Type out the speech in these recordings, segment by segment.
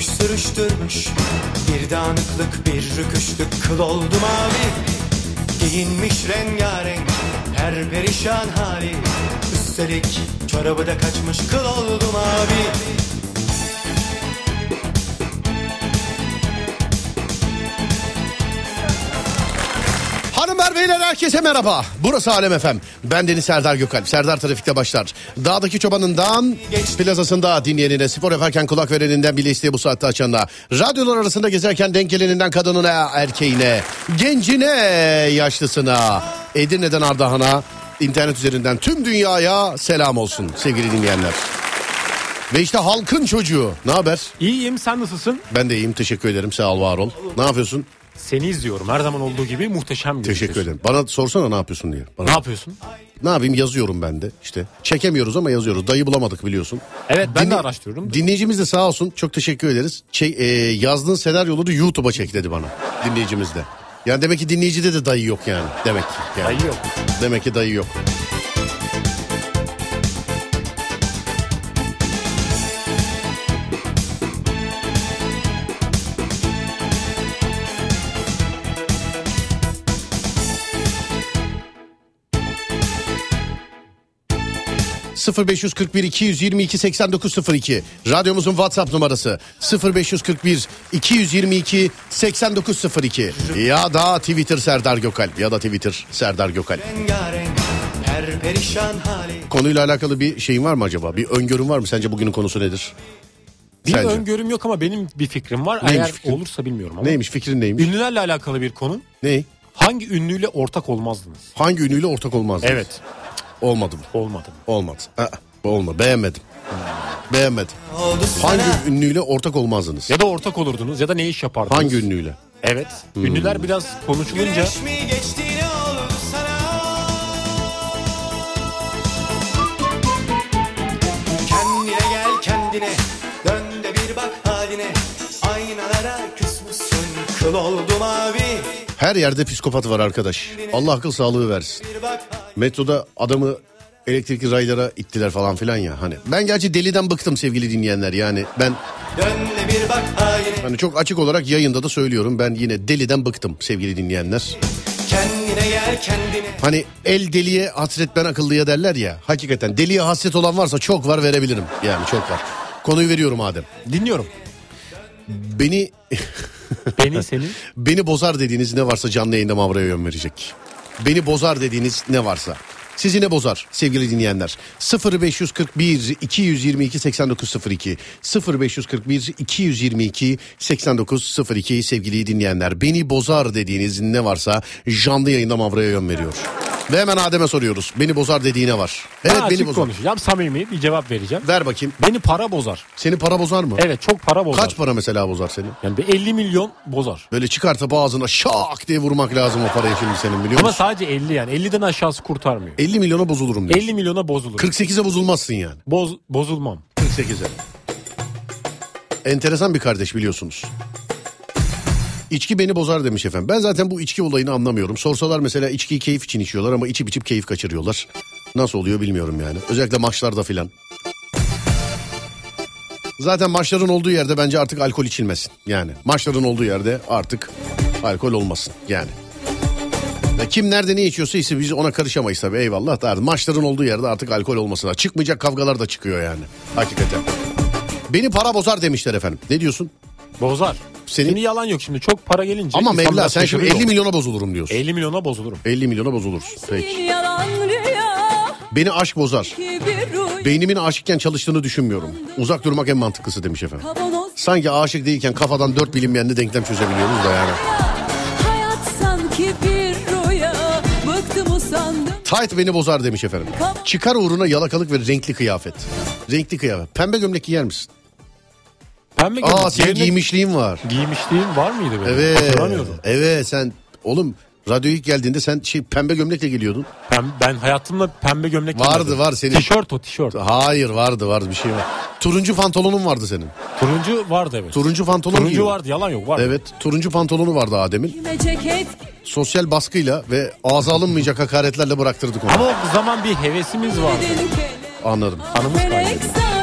Sürtmüş sürüştürmüş, bir dağınıklık bir rüküşlük, kıl oldu mavi. Giyinmiş rengarenk her perişan hali, üstelik çorabı da kaçmış, kıl oldu mavi. Hanımlar beyler herkese merhaba. Burası Alem FM. Ben Deniz Serdar Gökalp. Serdar Trafik'te başlar. Dağdaki çobanından plazasında dinleyenine, spor yaparken kulak vereninden, bile isteye bu saatte açanına, radyolar arasında gezerken denk geleninden kadınına, erkeğine, gencine, yaşlısına, Edirne'den Ardahan'a, internet üzerinden tüm dünyaya selam olsun sevgili dinleyenler. Ve işte halkın çocuğu. Ne haber? İyiyim, sen nasılsın? Ben de iyiyim, teşekkür ederim, sağ ol, var ol. Ne yapıyorsun? Seni izliyorum her zaman olduğu gibi, muhteşem. Teşekkür ederim. Bana sorsana ne yapıyorsun diye. Ne yapıyorsun? Ne yapayım, yazıyorum ben de işte. Çekemiyoruz ama yazıyoruz. Dayı bulamadık biliyorsun. Evet, ben de araştırıyorum. Dinleyicimiz de sağ olsun, çok teşekkür ederiz. Yazdığın senaryoları YouTube'a çek dedi bana dinleyicimiz de. Yani demek ki dinleyicide de dayı yok yani. Demek ki. Yani. Dayı yok. Demek ki dayı yok. ...0541 222 8902... ...radyomuzun WhatsApp numarası... ...0541 222 8902... ...ya da Twitter Serdar Gökalp... ...ya da Twitter Serdar Gökalp. Konuyla alakalı bir şeyin var mı acaba? Bir öngörün var mı? Sence bugünün konusu nedir? Bir Sence? öngörüm yok ama benim bir fikrim var. Neymiş Eğer fikrin? olursa bilmiyorum ama. Neymiş, fikrin neymiş? Ünlülerle alakalı bir konu. Ne? Hangi ünlüyle ortak olmazdınız? Hangi ünlüyle ortak olmazdınız? Evet. Olmadı mı? Olmadı. Olmadı. Olmadı. Beğenmedim. Beğenmedim. Hangi ünlüyle ortak olmazdınız? Ya da ortak olurdunuz ya da ne iş yapardınız? Hangi ünlüyle? Evet. Ünlüler biraz konuşulunca... Kendine gel kendine, dön de bir bak haline. Aynalara küsmüşsün, kıl oldu mavi. Her yerde psikopat var arkadaş. Allah akıl sağlığı versin. Metroda adamı elektrikli raylara ittiler falan filan ya. Hani ben gerçi deliden bıktım sevgili dinleyenler. Yani ben bir bak hani çok açık olarak yayında da söylüyorum. Ben yine deliden bıktım sevgili dinleyenler. Kendine gel kendine. Hani el deliye hasret ben akıllıya derler ya. Hakikaten deliye hasret olan varsa çok var, verebilirim. Yani çok var. Konuyu veriyorum Adem. Dinliyorum. Beni senin. Beni bozar dediğiniz ne varsa canlı yayında Mavra'ya yön verecek. Beni bozar dediğiniz ne varsa. Sizi ne bozar sevgili dinleyenler? 0541 222 8902 0541 222 8902 sevgili dinleyenler. Beni bozar dediğiniz ne varsa canlı yayında Mavra'ya yön veriyor. Ve hemen Adem'e soruyoruz. Beni bozar dediği ne var? Evet, Ben beni açık bozar. konuşacağım, samimi bir cevap vereceğim. Ver bakayım. Beni para bozar. Seni para bozar mı? Evet, çok para bozar. Kaç para mesela bozar seni? Yani bir 50 milyon bozar. Böyle çıkartıp ağzına şak diye vurmak lazım o parayı şimdi senin, biliyor musun? Ama sadece 50 yani. 50'den aşağısı kurtarmıyor. 50 milyona bozulurum diyorsun. 50 milyona bozulur. 48'e bozulmazsın yani. Bozulmam. 48'e. Enteresan bir kardeş biliyorsunuz. İçki beni bozar demiş efendim. Ben zaten bu içki olayını anlamıyorum. Sorsalar mesela içkiyi keyif için içiyorlar ama içip içip keyif kaçırıyorlar. Nasıl oluyor bilmiyorum yani. Özellikle maçlarda filan. Zaten maçların olduğu yerde bence artık alkol içilmesin. Yani maçların olduğu yerde artık alkol olmasın yani. Ya kim nerede ne içiyorsa ise biz ona karışamayız tabii, eyvallah. Da maçların olduğu yerde artık alkol olmasın. Çıkmayacak kavgalar da çıkıyor yani. Hakikaten. Beni para bozar demişler efendim. Ne diyorsun? Bozar. Şimdi yalan yok, şimdi çok para gelince. Ama Mevla sen şimdi 50 milyona bozulurum diyorsun. 50 milyona bozulurum. 50 milyona bozulursun. Peki. Beni aşk bozar. Beynimin aşıkken çalıştığını düşünmüyorum. Uzak durmak en mantıklısı demiş efendim. Sanki aşık değilken kafadan 4 bilinmeyenli denklem çözebiliyoruz da yani. Hayat sanki bir rüya, bıktım usandım. Tight beni bozar demiş efendim. Çıkar uğruna yalakalık ve renkli kıyafet. Renkli kıyafet. Pembe gömlek giyer misin? Pembe gömlek. Senin giymişliğin var. Giymişliğim var mıydı benim? Evet. Hatırlamıyorum. Evet, sen oğlum radyoya ilk geldiğinde sen pembe gömlekle geliyordun. Ben hayatımda pembe gömlek vardı, var senin. Tişört. Hayır, vardı bir şey var. Turuncu pantolonun vardı senin. Turuncu vardı, evet. Turuncu pantolon Turuncu giyiyor. vardı, yalan yok, vardı. Evet, turuncu pantolonu vardı Adem'in. Sosyal baskıyla ve ağza alınmayacak hakaretlerle bıraktırdık onu. Ama o zaman bir hevesimiz vardı. Anladım. Kanımız kaynadı.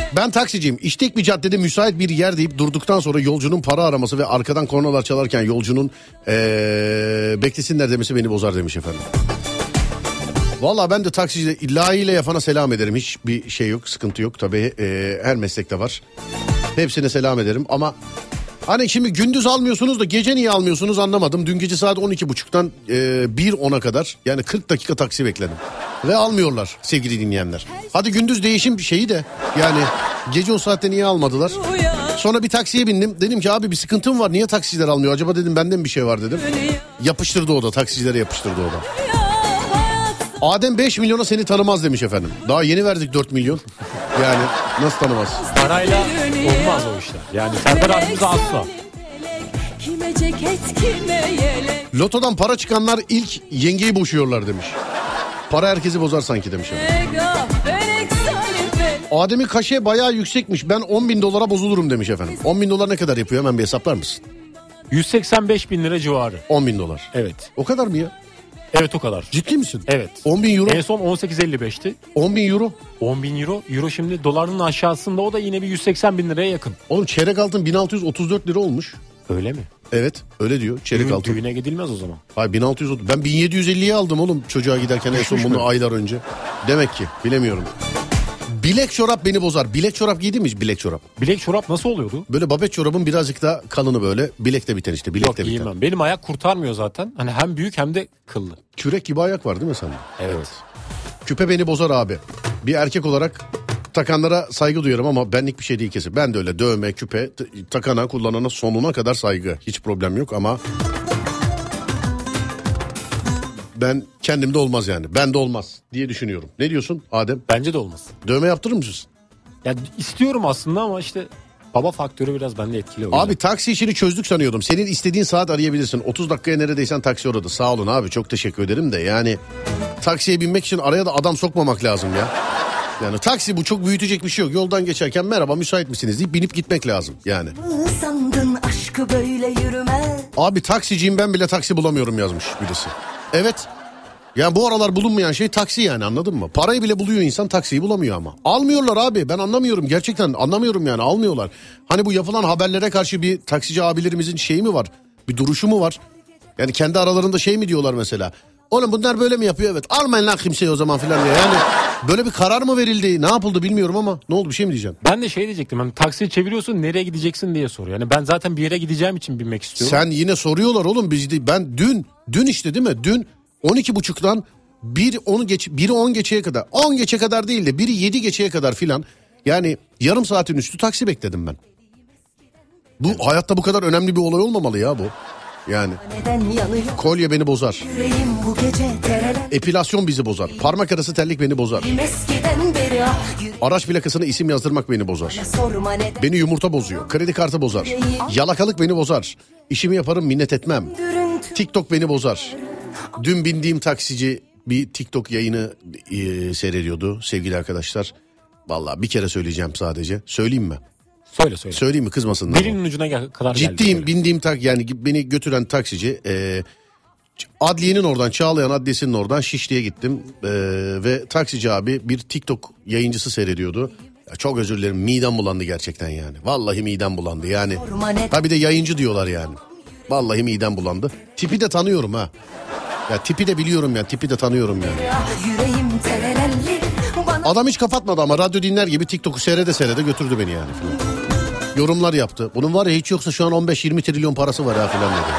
Ben taksiciyim. İştek bir caddede müsait bir yer deyip durduktan sonra yolcunun para araması ve arkadan kornalar çalarken yolcunun beklesinler demesi beni bozar demiş efendim. Valla ben de taksicide layığıyla yapana selam ederim. Hiçbir şey yok, sıkıntı yok. Tabii her meslekte var. Hepsine selam ederim ama hani şimdi gündüz almıyorsunuz da gece niye almıyorsunuz anlamadım. Dün gece saat 12.30'dan 1.10'a kadar yani 40 dakika taksi bekledim. Ve almıyorlar sevgili dinleyenler. Hadi gündüz değişim şeyi de yani gece o saatte niye almadılar? Sonra bir taksiye bindim. Dedim ki abi bir sıkıntım var. Niye taksiciler almıyor? Acaba dedim bende mi bir şey var dedim. Yapıştırdı o da. Taksicilere yapıştırdı o da. Adem 5 milyona seni tanımaz demiş efendim. Daha yeni verdik 4 milyon. Yani nasıl tanımaz? Parayla olmaz o işler. Yani Serdar abimize asla. Kime ceket kime yelek. Lotodan para çıkanlar ilk yengeyi boşuyorlar demiş. Para herkesi bozar sanki demiş efendim. Adem'in kaşe bayağı yüksekmiş. Ben 10 bin dolara bozulurum demiş efendim. 10 bin dolar ne kadar yapıyor hemen bir hesaplar mısın? 185 bin lira civarı. 10 bin dolar. Evet. O kadar mı ya? Evet o kadar. Ciddi misin? Evet. 10 bin euro. En son 18.55'ti. 10 bin euro. 10 bin euro. Euro şimdi doların aşağısında o da yine bir 180 bin liraya yakın. Oğlum çeyrek altın 1634 lira olmuş. Öyle mi? Evet öyle diyor çeyrek altın. Düğüne gidilmez o zaman. Hayır 1630. Ben 1750'ye aldım oğlum çocuğa giderken en son bunu aylar önce. Demek ki bilemiyorum. Bilek çorap beni bozar. Bilek çorap giydin mi hiç bilek çorap? Bilek çorap nasıl oluyordu? Böyle babet çorabın birazcık da kalını böyle. Bilekte biten işte. Bilekte Yok biten. giymem. Benim ayak kurtarmıyor zaten. Hani hem büyük hem de kıllı. Kürek gibi ayak var değil mi sende? Evet. Küpe beni bozar abi. Bir erkek olarak takanlara saygı duyuyorum ama benlik bir şey değil kesin. Ben de öyle dövme, küpe, takana, kullanana sonuna kadar saygı. Hiç problem yok ama ben kendimde olmaz yani. Bende olmaz diye düşünüyorum. Ne diyorsun Adem? Bence de olmaz. Dövme yaptırır mısın? Ya istiyorum aslında ama işte baba faktörü biraz bende etkili. Abi taksi işini çözdük sanıyordum. Senin istediğin saat arayabilirsin. 30 dakikaya neredeysen taksi orada. Sağ olun abi çok teşekkür ederim de yani taksiye binmek için araya da adam sokmamak lazım ya. Yani taksi bu çok büyütecek bir şey yok. Yoldan geçerken merhaba müsait misiniz deyip binip gitmek lazım yani. Sandın aşkı böyle yürümez. Abi taksiciyim ben bile taksi bulamıyorum yazmış birisi. Evet. Yani bu aralar bulunmayan şey taksi yani anladın mı? Parayı bile buluyor insan taksiyi bulamıyor ama. Almıyorlar abi ben anlamıyorum gerçekten anlamıyorum yani almıyorlar. Hani bu yapılan haberlere karşı bir taksici abilerimizin şeyi mi var? Bir duruşu mu var? Yani kendi aralarında şey mi diyorlar mesela? Oğlum bunlar böyle mi yapıyor? Evet almayın lan kimseyi o zaman filan diye. Yani böyle bir karar mı verildi? Ne yapıldı bilmiyorum ama ne oldu bir şey mi diyeceğim? Ben de şey diyecektim. Hani taksiyi çeviriyorsun nereye gideceksin diye soruyor. Yani ben zaten bir yere gideceğim için binmek istiyorum. Sen yine soruyorlar oğlum biz ben dün işte değil mi? Dün 12.30'dan 1'i 10 geçeye kadar 10 geçe kadar değil de 1'i 7 geçeye kadar filan yani yarım saatin üstü taksi bekledim ben. Bu hayatta bu kadar önemli bir olay olmamalı ya bu. Yani kolye beni bozar. Bu gece Epilasyon bizi bozar. Parmak arası terlik beni bozar. beri Araç plakasına isim yazdırmak beni bozar. sorma neden. Beni yumurta bozuyor. Kredi kartı bozar. Yalakalık beni bozar. İşimi yaparım minnet etmem. TikTok beni bozar. Dün bindiğim taksici bir TikTok yayını seyrediyordu sevgili arkadaşlar. Vallahi bir kere söyleyeceğim sadece. Söyleyeyim mi? Söyle. Söyleyeyim mi kızmasınlar. Dilinin ucuna kadar geldi. Ciddiyim bindiğim yani beni götüren taksici adliyenin oradan Çağlayan Adliyesi'nin oradan Şişli'ye gittim. Ve taksici abi bir TikTok yayıncısı seyrediyordu. Ya çok özür dilerim midem bulandı gerçekten yani. Vallahi midem bulandı yani. Ha bir de yayıncı diyorlar yani. Vallahi midem bulandı. Tipi de tanıyorum ha. Ya tipi de biliyorum ya tipi de tanıyorum yani. Yüreğim terelelli. Adam hiç kapatmadı ama radyo dinler gibi TikTok'u seyrede götürdü beni yani falan. Yorumlar yaptı. Bunun var ya hiç yoksa şu an 15-20 trilyon parası var ha falan dedi.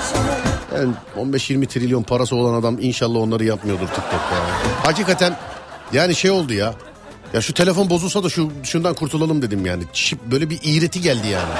Yani 15-20 trilyon parası olan adam inşallah onları yapmıyordur TikTok'ta. Hakikaten yani şey oldu ya. Ya şu telefon bozulsa da şundan kurtulalım dedim yani. Böyle bir iğreti geldi yani.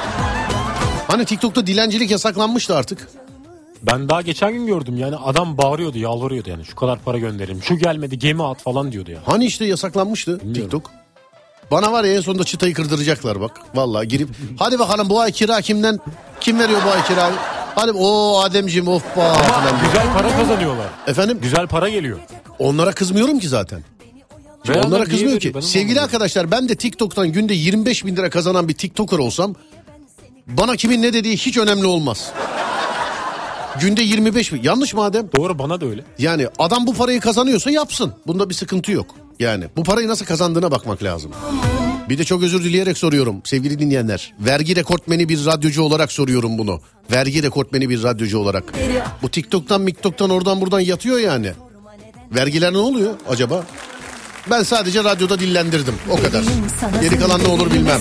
Hani TikTok'ta dilencilik yasaklanmıştı artık. Ben daha geçen gün gördüm yani adam bağırıyordu yalvarıyordu yani şu kadar para gönderelim şu gelmedi gemi at falan diyordu ya. Hani işte yasaklanmıştı TikTok. Bana var ya en sonunda çıtayı kırdıracaklar bak. Vallahi girip hadi bakalım bu ay kira kimden kim veriyor bu ay kirayı? Hadi o Ademciğim of ba. Ama güzel para kazanıyorlar. Efendim? Güzel para geliyor. Onlara kızmıyorum ki zaten. Onlara kızmıyor ki. Sevgili arkadaşlar ben de TikTok'tan günde 25 bin lira kazanan bir TikToker olsam bana kimin ne dediği hiç önemli olmaz. Günde 25 bin. Yanlış mı Adem? Doğru bana da öyle. Yani adam bu parayı kazanıyorsa yapsın. Bunda bir sıkıntı yok. Yani bu parayı nasıl kazandığına bakmak lazım. Bir de çok özür dileyerek soruyorum sevgili dinleyenler. Vergi rekortmeni bir radyocu olarak soruyorum bunu. Vergi rekortmeni bir radyocu olarak. Bu TikTok'tan oradan buradan yatıyor yani. Vergiler ne oluyor acaba? Ben sadece radyoda dillendirdim o kadar. Geri kalan ne olur bilmem.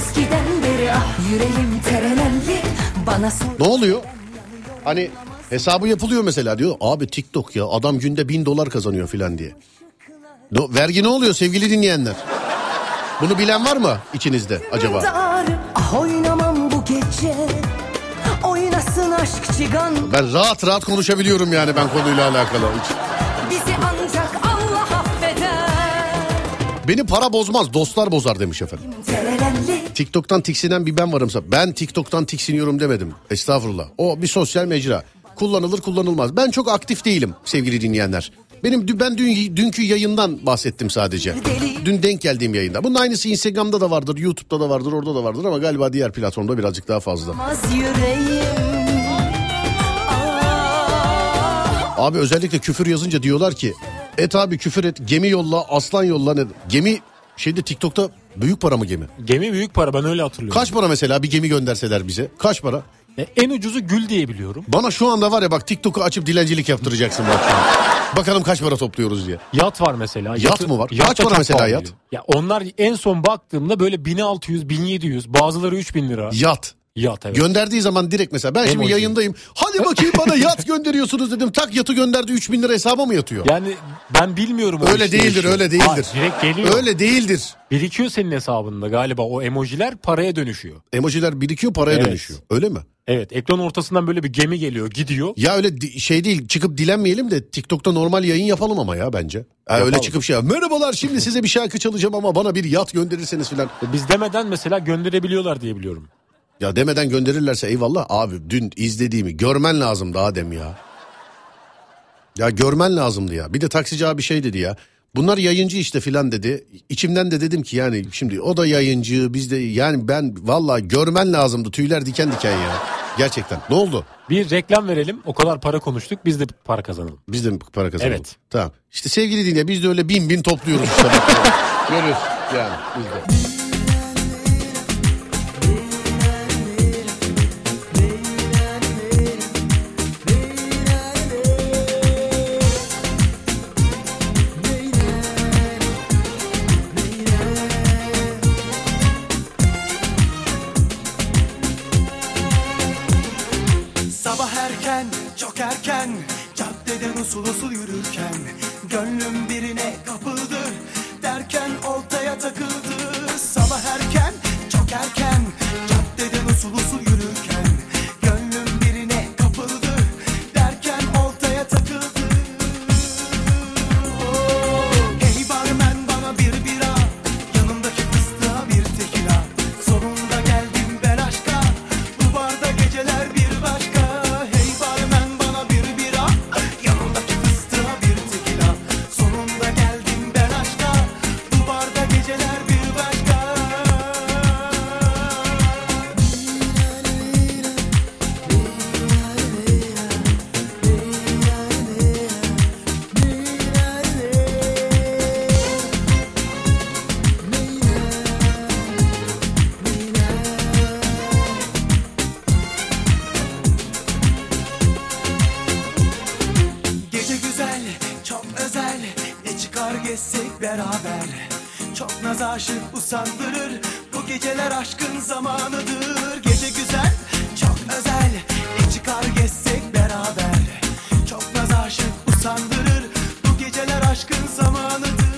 Ne oluyor? Hani hesabı yapılıyor mesela, diyor abi TikTok ya adam günde $1000 kazanıyor filan diye. Vergi ne oluyor sevgili dinleyenler? Bunu bilen var mı içinizde acaba? Ah oynamam bu gece. Oynasın aşk çıgan. Ben rahat konuşabiliyorum yani ben konuyla alakalı. Bizi ancak Allah affeder. Beni para bozmaz, dostlar bozar demiş efendim. Terelelli. TikTok'tan tiksinen bir ben varımsa, ben TikTok'tan tiksiniyorum demedim. Estağfurullah. O bir sosyal mecra. Kullanılır kullanılmaz. Ben çok aktif değilim sevgili dinleyenler. Ben dünkü yayından bahsettim sadece. Dün denk geldiğim yayında. Bunun aynısı Instagram'da da vardır, YouTube'da da vardır, orada da vardır ama galiba diğer platformda birazcık daha fazla. Abi özellikle küfür yazınca diyorlar ki et abi küfür et, gemi yolla, aslan yolla. Ne? Gemi TikTok'ta büyük para mı gemi? Gemi büyük para, ben öyle hatırlıyorum. Kaç para mesela bir gemi gönderseler bize? Kaç para? En ucuzu Gül diye biliyorum. Bana şu anda var ya bak TikTok'u açıp dilencilik yaptıracaksın bak şu an. Bakalım kaç para topluyoruz diye. Yat var mesela. Yat mı var? Kaç para mesela yat? Ya onlar en son baktığımda böyle 1600, 1700, bazıları 3000 lira. Yat. Yat evet. Gönderdiği zaman direkt mesela ben şimdi yayındayım. Hadi bakayım bana yat gönderiyorsunuz dedim. Tak yatı gönderdi, 3000 lira hesaba mı yatıyor? Yani ben bilmiyorum. Öyle değildir, öyle değildir. Ha, direkt geliyor. Öyle değildir. Birikiyor senin hesabında galiba, o emojiler paraya dönüşüyor. Emojiler birikiyor, paraya dönüşüyor. Öyle mi? Evet, ekran ortasından böyle bir gemi geliyor, gidiyor. Ya öyle şey değil, çıkıp dilenmeyelim de TikTok'ta normal yayın yapalım ama ya bence. Öyle çıkıp merhabalar şimdi size bir şarkı çalacağım ama bana bir yat gönderirseniz filan. Biz demeden mesela gönderebiliyorlar diye biliyorum. Ya demeden gönderirlerse eyvallah. Abi dün izlediğimi görmen lazımdı Adem ya. Ya görmen lazımdı ya. Bir de taksici abi şey dedi ya. Bunlar yayıncı işte filan dedi. İçimden de dedim ki yani şimdi o da yayıncı, biz de yani ben vallahi görmen lazımdı. Tüyler diken diken ya. Gerçekten. Ne oldu? Bir reklam verelim. O kadar para konuştuk. Biz de para kazanalım. Biz de para kazanalım. Evet. Tamam. İşte sevgili dinle, biz de öyle bin topluyoruz işte. Görüyoruz yani biz de. Çok erken caddeden usul usul yürürken gönlüm birine kapıldı derken oltaya takıldı. Sabah erken çok erken caddeden usul usul yürürken gönlüm birine kapıldı derken oltaya takıldı. Hey barmen bana bir bira, yanımdaki fıstığa bir tekila. Sonunda geldim ben aşka, bu barda geceler bir başka. Usandırır, bu geceler aşkın zamanıdır. Gece güzel, çok özel, ne çıkar gezsek beraber. Çok naz aşık usandırır, bu geceler aşkın zamanıdır.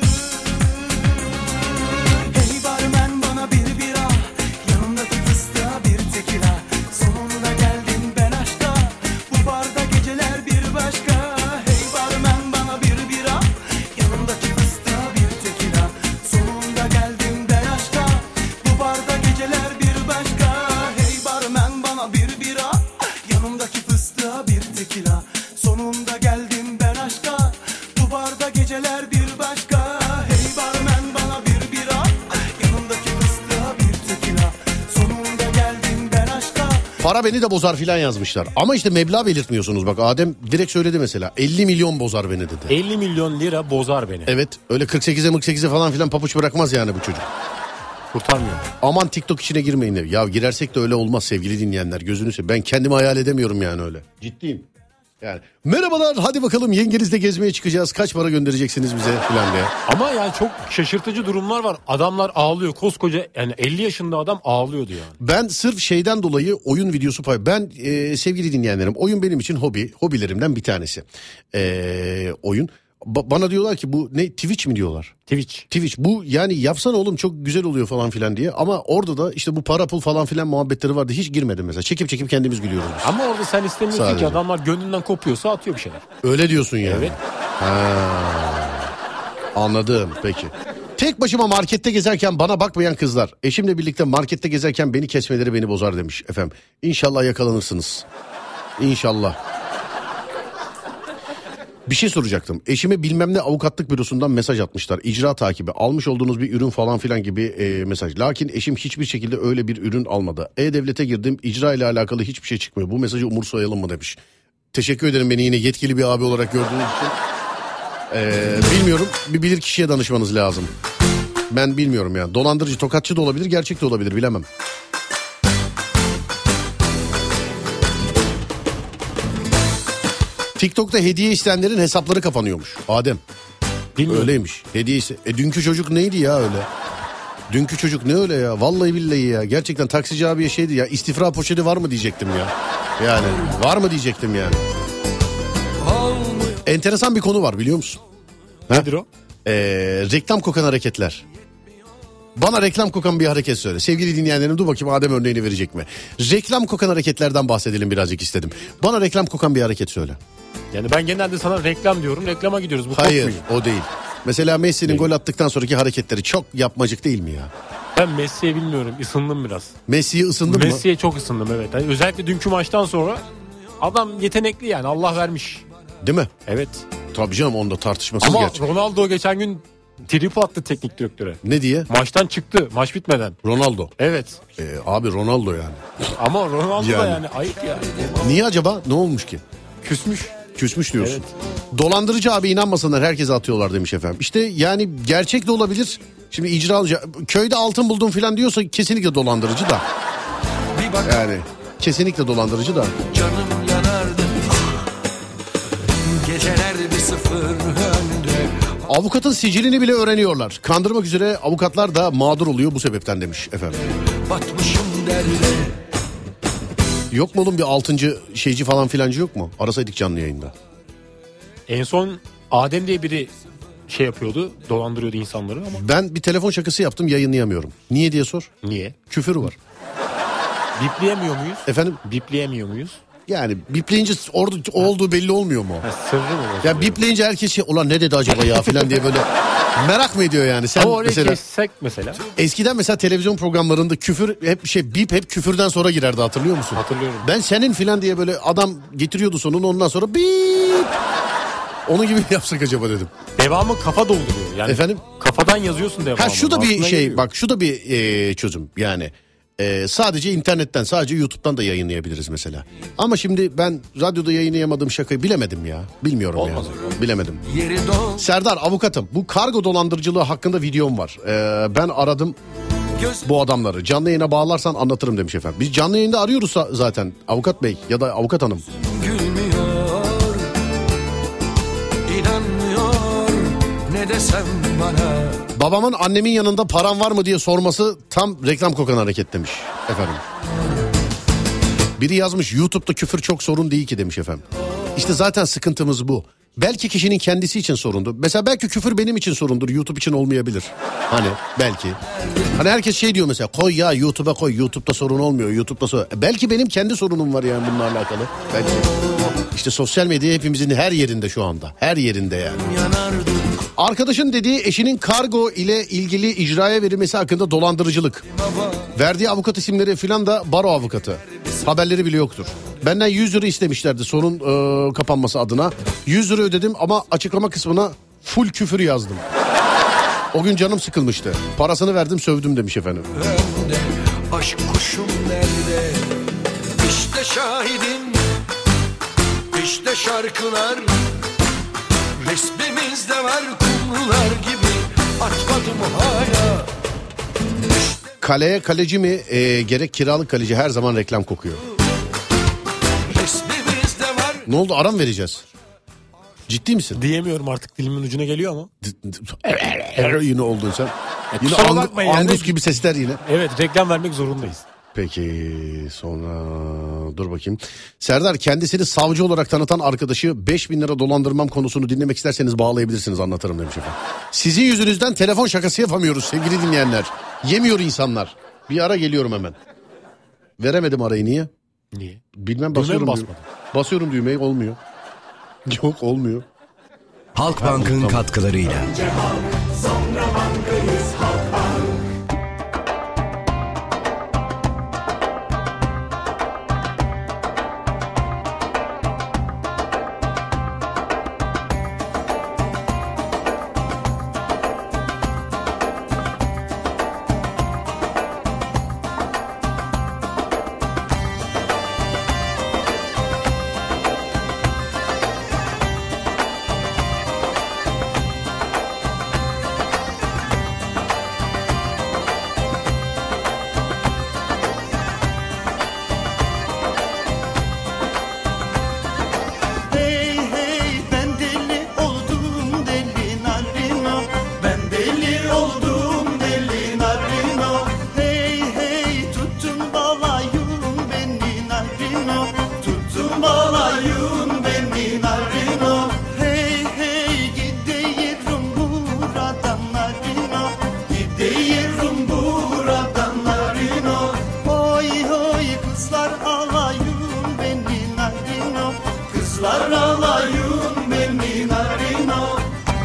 Hey barmen bana bir bira, yanımdaki fıstığa bir tekila. Sonunda geldim ben aşka, bu barda geceler bir başka. Hey barmen bana bir bira, yanımdaki fıstığa bir tekila. Sonunda geldim ben aşka, bu barda geceler bir başka. Hey barmen bana bir bira, yanımdaki fıstığa bir tekila. Sonunda geldim ben aşka, bu barda geceler bir başka. Hey barmen bana bir bira, yanımdaki fıstığa bir tekila. Sonunda geldim ben aşka. Para beni de bozar filan yazmışlar. Ama işte meblağ belirtmiyorsunuz bak. Adem direkt söyledi mesela. 50 milyon bozar beni dedi. 50 milyon lira bozar beni. Evet, öyle 48'e falan filan papuç bırakmaz yani bu çocuk. Kurtarmıyor. Aman TikTok içine girmeyin de. Ya girersek de öyle olmaz sevgili dinleyenler, gözünü seveyim. Ben kendimi hayal edemiyorum yani öyle. Ciddiyim. Yani merhabalar, hadi bakalım yengenizle gezmeye çıkacağız. Kaç para göndereceksiniz bize falan diye. Ama yani çok şaşırtıcı durumlar var. Adamlar ağlıyor. Koskoca yani 50 yaşında adam ağlıyordu yani. Ben sırf şeyden dolayı oyun videosu ben sevgili dinleyenlerim, oyun benim için hobilerimden bir tanesi. Oyun. Bana diyorlar ki bu ne, Twitch mi diyorlar? Twitch. Bu yani yapsana oğlum, çok güzel oluyor falan filan diye. Ama orada da işte bu para pul falan filan muhabbetleri vardı. Hiç girmedim mesela. Çekip kendimiz gülüyoruz biz. Ama orada sen istemiyorsun Sadece. ki adamlar gönlünden kopuyorsa atıyor bir şeyler. Öyle diyorsun yani. Evet. Anladım, peki. Tek başıma markette gezerken bana bakmayan kızlar, eşimle birlikte markette gezerken beni kesmeleri beni bozar demiş efendim. İnşallah yakalanırsınız. İnşallah. Bir şey soracaktım. Eşime bilmem ne avukatlık bürosundan mesaj atmışlar. İcra takibi, almış olduğunuz bir ürün falan filan gibi mesaj. Lakin eşim hiçbir şekilde öyle bir ürün almadı. E-Devlet'e girdim, icra ile alakalı hiçbir şey çıkmıyor. Bu mesajı umursayalım mı demiş. Teşekkür ederim beni yine yetkili bir abi olarak gördüğünüz için. Bilmiyorum, bir bilir kişiye danışmanız lazım. Ben bilmiyorum yani. Dolandırıcı, tokatçı da olabilir, gerçek de olabilir, bilemem. TikTok'ta hediye isteyenlerin hesapları kapanıyormuş. Adem. Bilmiyorum. Öyleymiş. Hediye dünkü çocuk neydi ya öyle? Dünkü çocuk ne öyle ya? Vallahi billahi ya. Gerçekten taksici abiye şeydi ya. İstifra poşeti var mı diyecektim ya. Yani var mı diyecektim yani. Enteresan bir konu var biliyor musun? Nedir o? Reklam kokan hareketler. Bana reklam kokan bir hareket söyle. Sevgili dinleyenlerim, dur bakayım Adem örneğini verecek mi? Reklam kokan hareketlerden bahsedelim birazcık istedim. Bana reklam kokan bir hareket söyle. Yani ben genelde sana reklam diyorum. Reklama gidiyoruz. Bu Hayır, kokmuyor. o değil. Mesela Messi'nin Değil. gol attıktan sonraki hareketleri çok yapmacık değil mi ya? Ben Messi'ye bilmiyorum. Isındım biraz. Messi'ye ısındın mı? Messi'ye çok ısındım, evet. Yani özellikle dünkü maçtan sonra adam yetenekli yani. Allah vermiş. Değil mi? Evet. Tabii canım, onda tartışmasız Ama gerçek. Ronaldo geçen gün trip attı teknik direktöre. Ne diye? Maçtan çıktı. Maç bitmeden. Ronaldo. Evet. Abi Ronaldo yani. Ama Ronaldo da Yani. yani ayıp yani. Niye acaba? Ne olmuş ki? Küsmüş. Küsmüş diyorsun. Evet. Dolandırıcı abi, inanmasınlar, herkese atıyorlar demiş efendim. İşte yani gerçek de olabilir. Şimdi icra alınca köyde altın buldum falan diyorsa kesinlikle dolandırıcı da. Yani kesinlikle dolandırıcı da. Canım yanardı. Geceler bir sıfır önde. Avukatın sicilini bile öğreniyorlar. Kandırmak üzere avukatlar da mağdur oluyor bu sebepten demiş efendim. Batmışım derde. Yok mu oğlum bir 6. şeyci falan filancı yok mu? Arasaydık canlı yayında. En son Adem diye biri şey yapıyordu. Dolandırıyordu insanları ama. Ben bir telefon şakası yaptım, yayınlayamıyorum. Niye diye sor. Niye? Küfür var. Bipleyemiyor muyuz? Efendim? Bipleyemiyor muyuz? Yani bipleyince orada olduğu belli olmuyor mu? Ha, sırrı mı? Ya bipleyince herkes şey, ulan ne dedi acaba ya filan diye böyle merak mı ediyor yani? Sen Ama orayı mesela kessek mesela. eskiden mesela televizyon programlarında küfür hep bip hep küfürden sonra girerdi, hatırlıyor musun? Hatırlıyorum. Ben senin filan diye böyle adam getiriyordu sonunu, ondan sonra bip. Onun gibi yapsak acaba dedim. Devamı kafa dolduruyor. Yani Efendim? kafadan yazıyorsun devamını. Ha şu da bir Aklına şey geliyor. bak, şu da bir çözüm yani. Sadece internetten, sadece YouTube'dan da yayınlayabiliriz mesela. Ama şimdi ben radyoda yayınlayamadığım şakayı bilemedim ya. Bilmiyorum Olmaz yani. Bilemedim. Yeri don. Serdar, avukatım. Bu kargo dolandırıcılığı hakkında videom var. Ben aradım Göz bu adamları. Canlı yayına bağlarsan anlatırım demiş efendim. Biz canlı yayında arıyoruz zaten avukat bey ya da avukat hanım. gülmüyor. İnanmıyor. Ne desem bana. Babamın annemin yanında param var mı diye sorması tam reklam kokan hareket demiş efendim. Biri yazmış, YouTube'da küfür çok sorun değil ki demiş efendim. İşte zaten sıkıntımız bu. Belki kişinin kendisi için sorundur. Mesela belki küfür benim için sorundur, YouTube için olmayabilir. Hani belki. Hani herkes şey diyor mesela, koy ya YouTube'a koy, YouTube'da sorun olmuyor, YouTube'da sorun. Belki benim kendi sorunum var yani bununla alakalı. Belki. İşte sosyal medya hepimizin her yerinde şu anda. Her yerinde yani. Yanardı. Arkadaşın dediği eşinin kargo ile ilgili icraya verilmesi hakkında dolandırıcılık. Verdiği avukat isimleri filan da baro avukatı. Haberleri bile yoktur. Benden 100 lira istemişlerdi sorun kapanması adına. 100 lira ödedim ama açıklama kısmına full küfür yazdım. O gün canım sıkılmıştı. Parasını verdim, sövdüm demiş efendim. Önde. Aşk kuşum nerede? İşte şahidin. İşte şarkılar. Resmimizde var kumrular gibi. Atmadım hala. İşte Kaleye kaleci mi gerek kiralık kaleci her zaman reklam kokuyor. Resmimiz de var. Ne oldu, ara mı vereceğiz? Ciddi misin? Diyemiyorum artık, dilimin ucuna geliyor ama. Yine oldun sen. Yine kusura bakmayın yani. Angus gibi sesler yine. Evet, reklam vermek zorundayız. Peki sonra dur bakayım. Serdar, kendisini savcı olarak tanıtan arkadaşı 5.000 lira dolandırmam konusunu dinlemek isterseniz bağlayabilirsiniz, anlatırım demiş efendim. Sizin yüzünüzden telefon şakası yapamıyoruz sevgili dinleyenler. Yemiyor insanlar. Bir ara geliyorum hemen. Veremedim arayı, niye? Niye? Bilmem, Düğmeye basıyorum. mi basmadın? Basıyorum düğmeyi, olmuyor. Yok, olmuyor. Halkbank'ın katkılarıyla. Hey hey ben deli oldum deli narino. Ben deli oldum deli narino. Hey hey tutun balayım beni narino. Tutun balayım beni narino. Hey hey gidiyorum buradan narino. Gidiyorum buradan narino. Oy oy kızlar alayım beni narino. Kızlar alayım beni narino.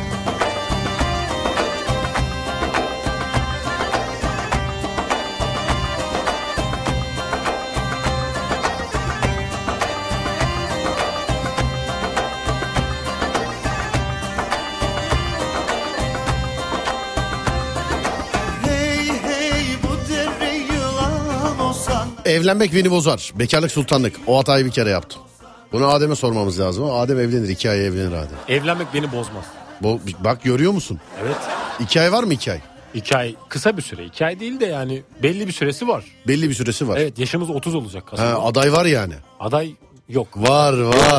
Hey hey bu dere yılan olsan. Evlenmek beni bozar. Bekarlık sultanlık. O hatayı bir kere yaptım. Bunu Adem'e sormamız lazım. Adem evlenir. 2 ay evlenir Adem. Evlenmek beni bozmaz. Bak görüyor musun? Evet. 2 ay var mı 2 ay? 2 ay kısa bir süre. 2 ay değil de yani belli bir süresi var. Belli bir süresi var. Evet, yaşımız 30 olacak Ha, Kasım'da. aday var yani. Aday yok. Var.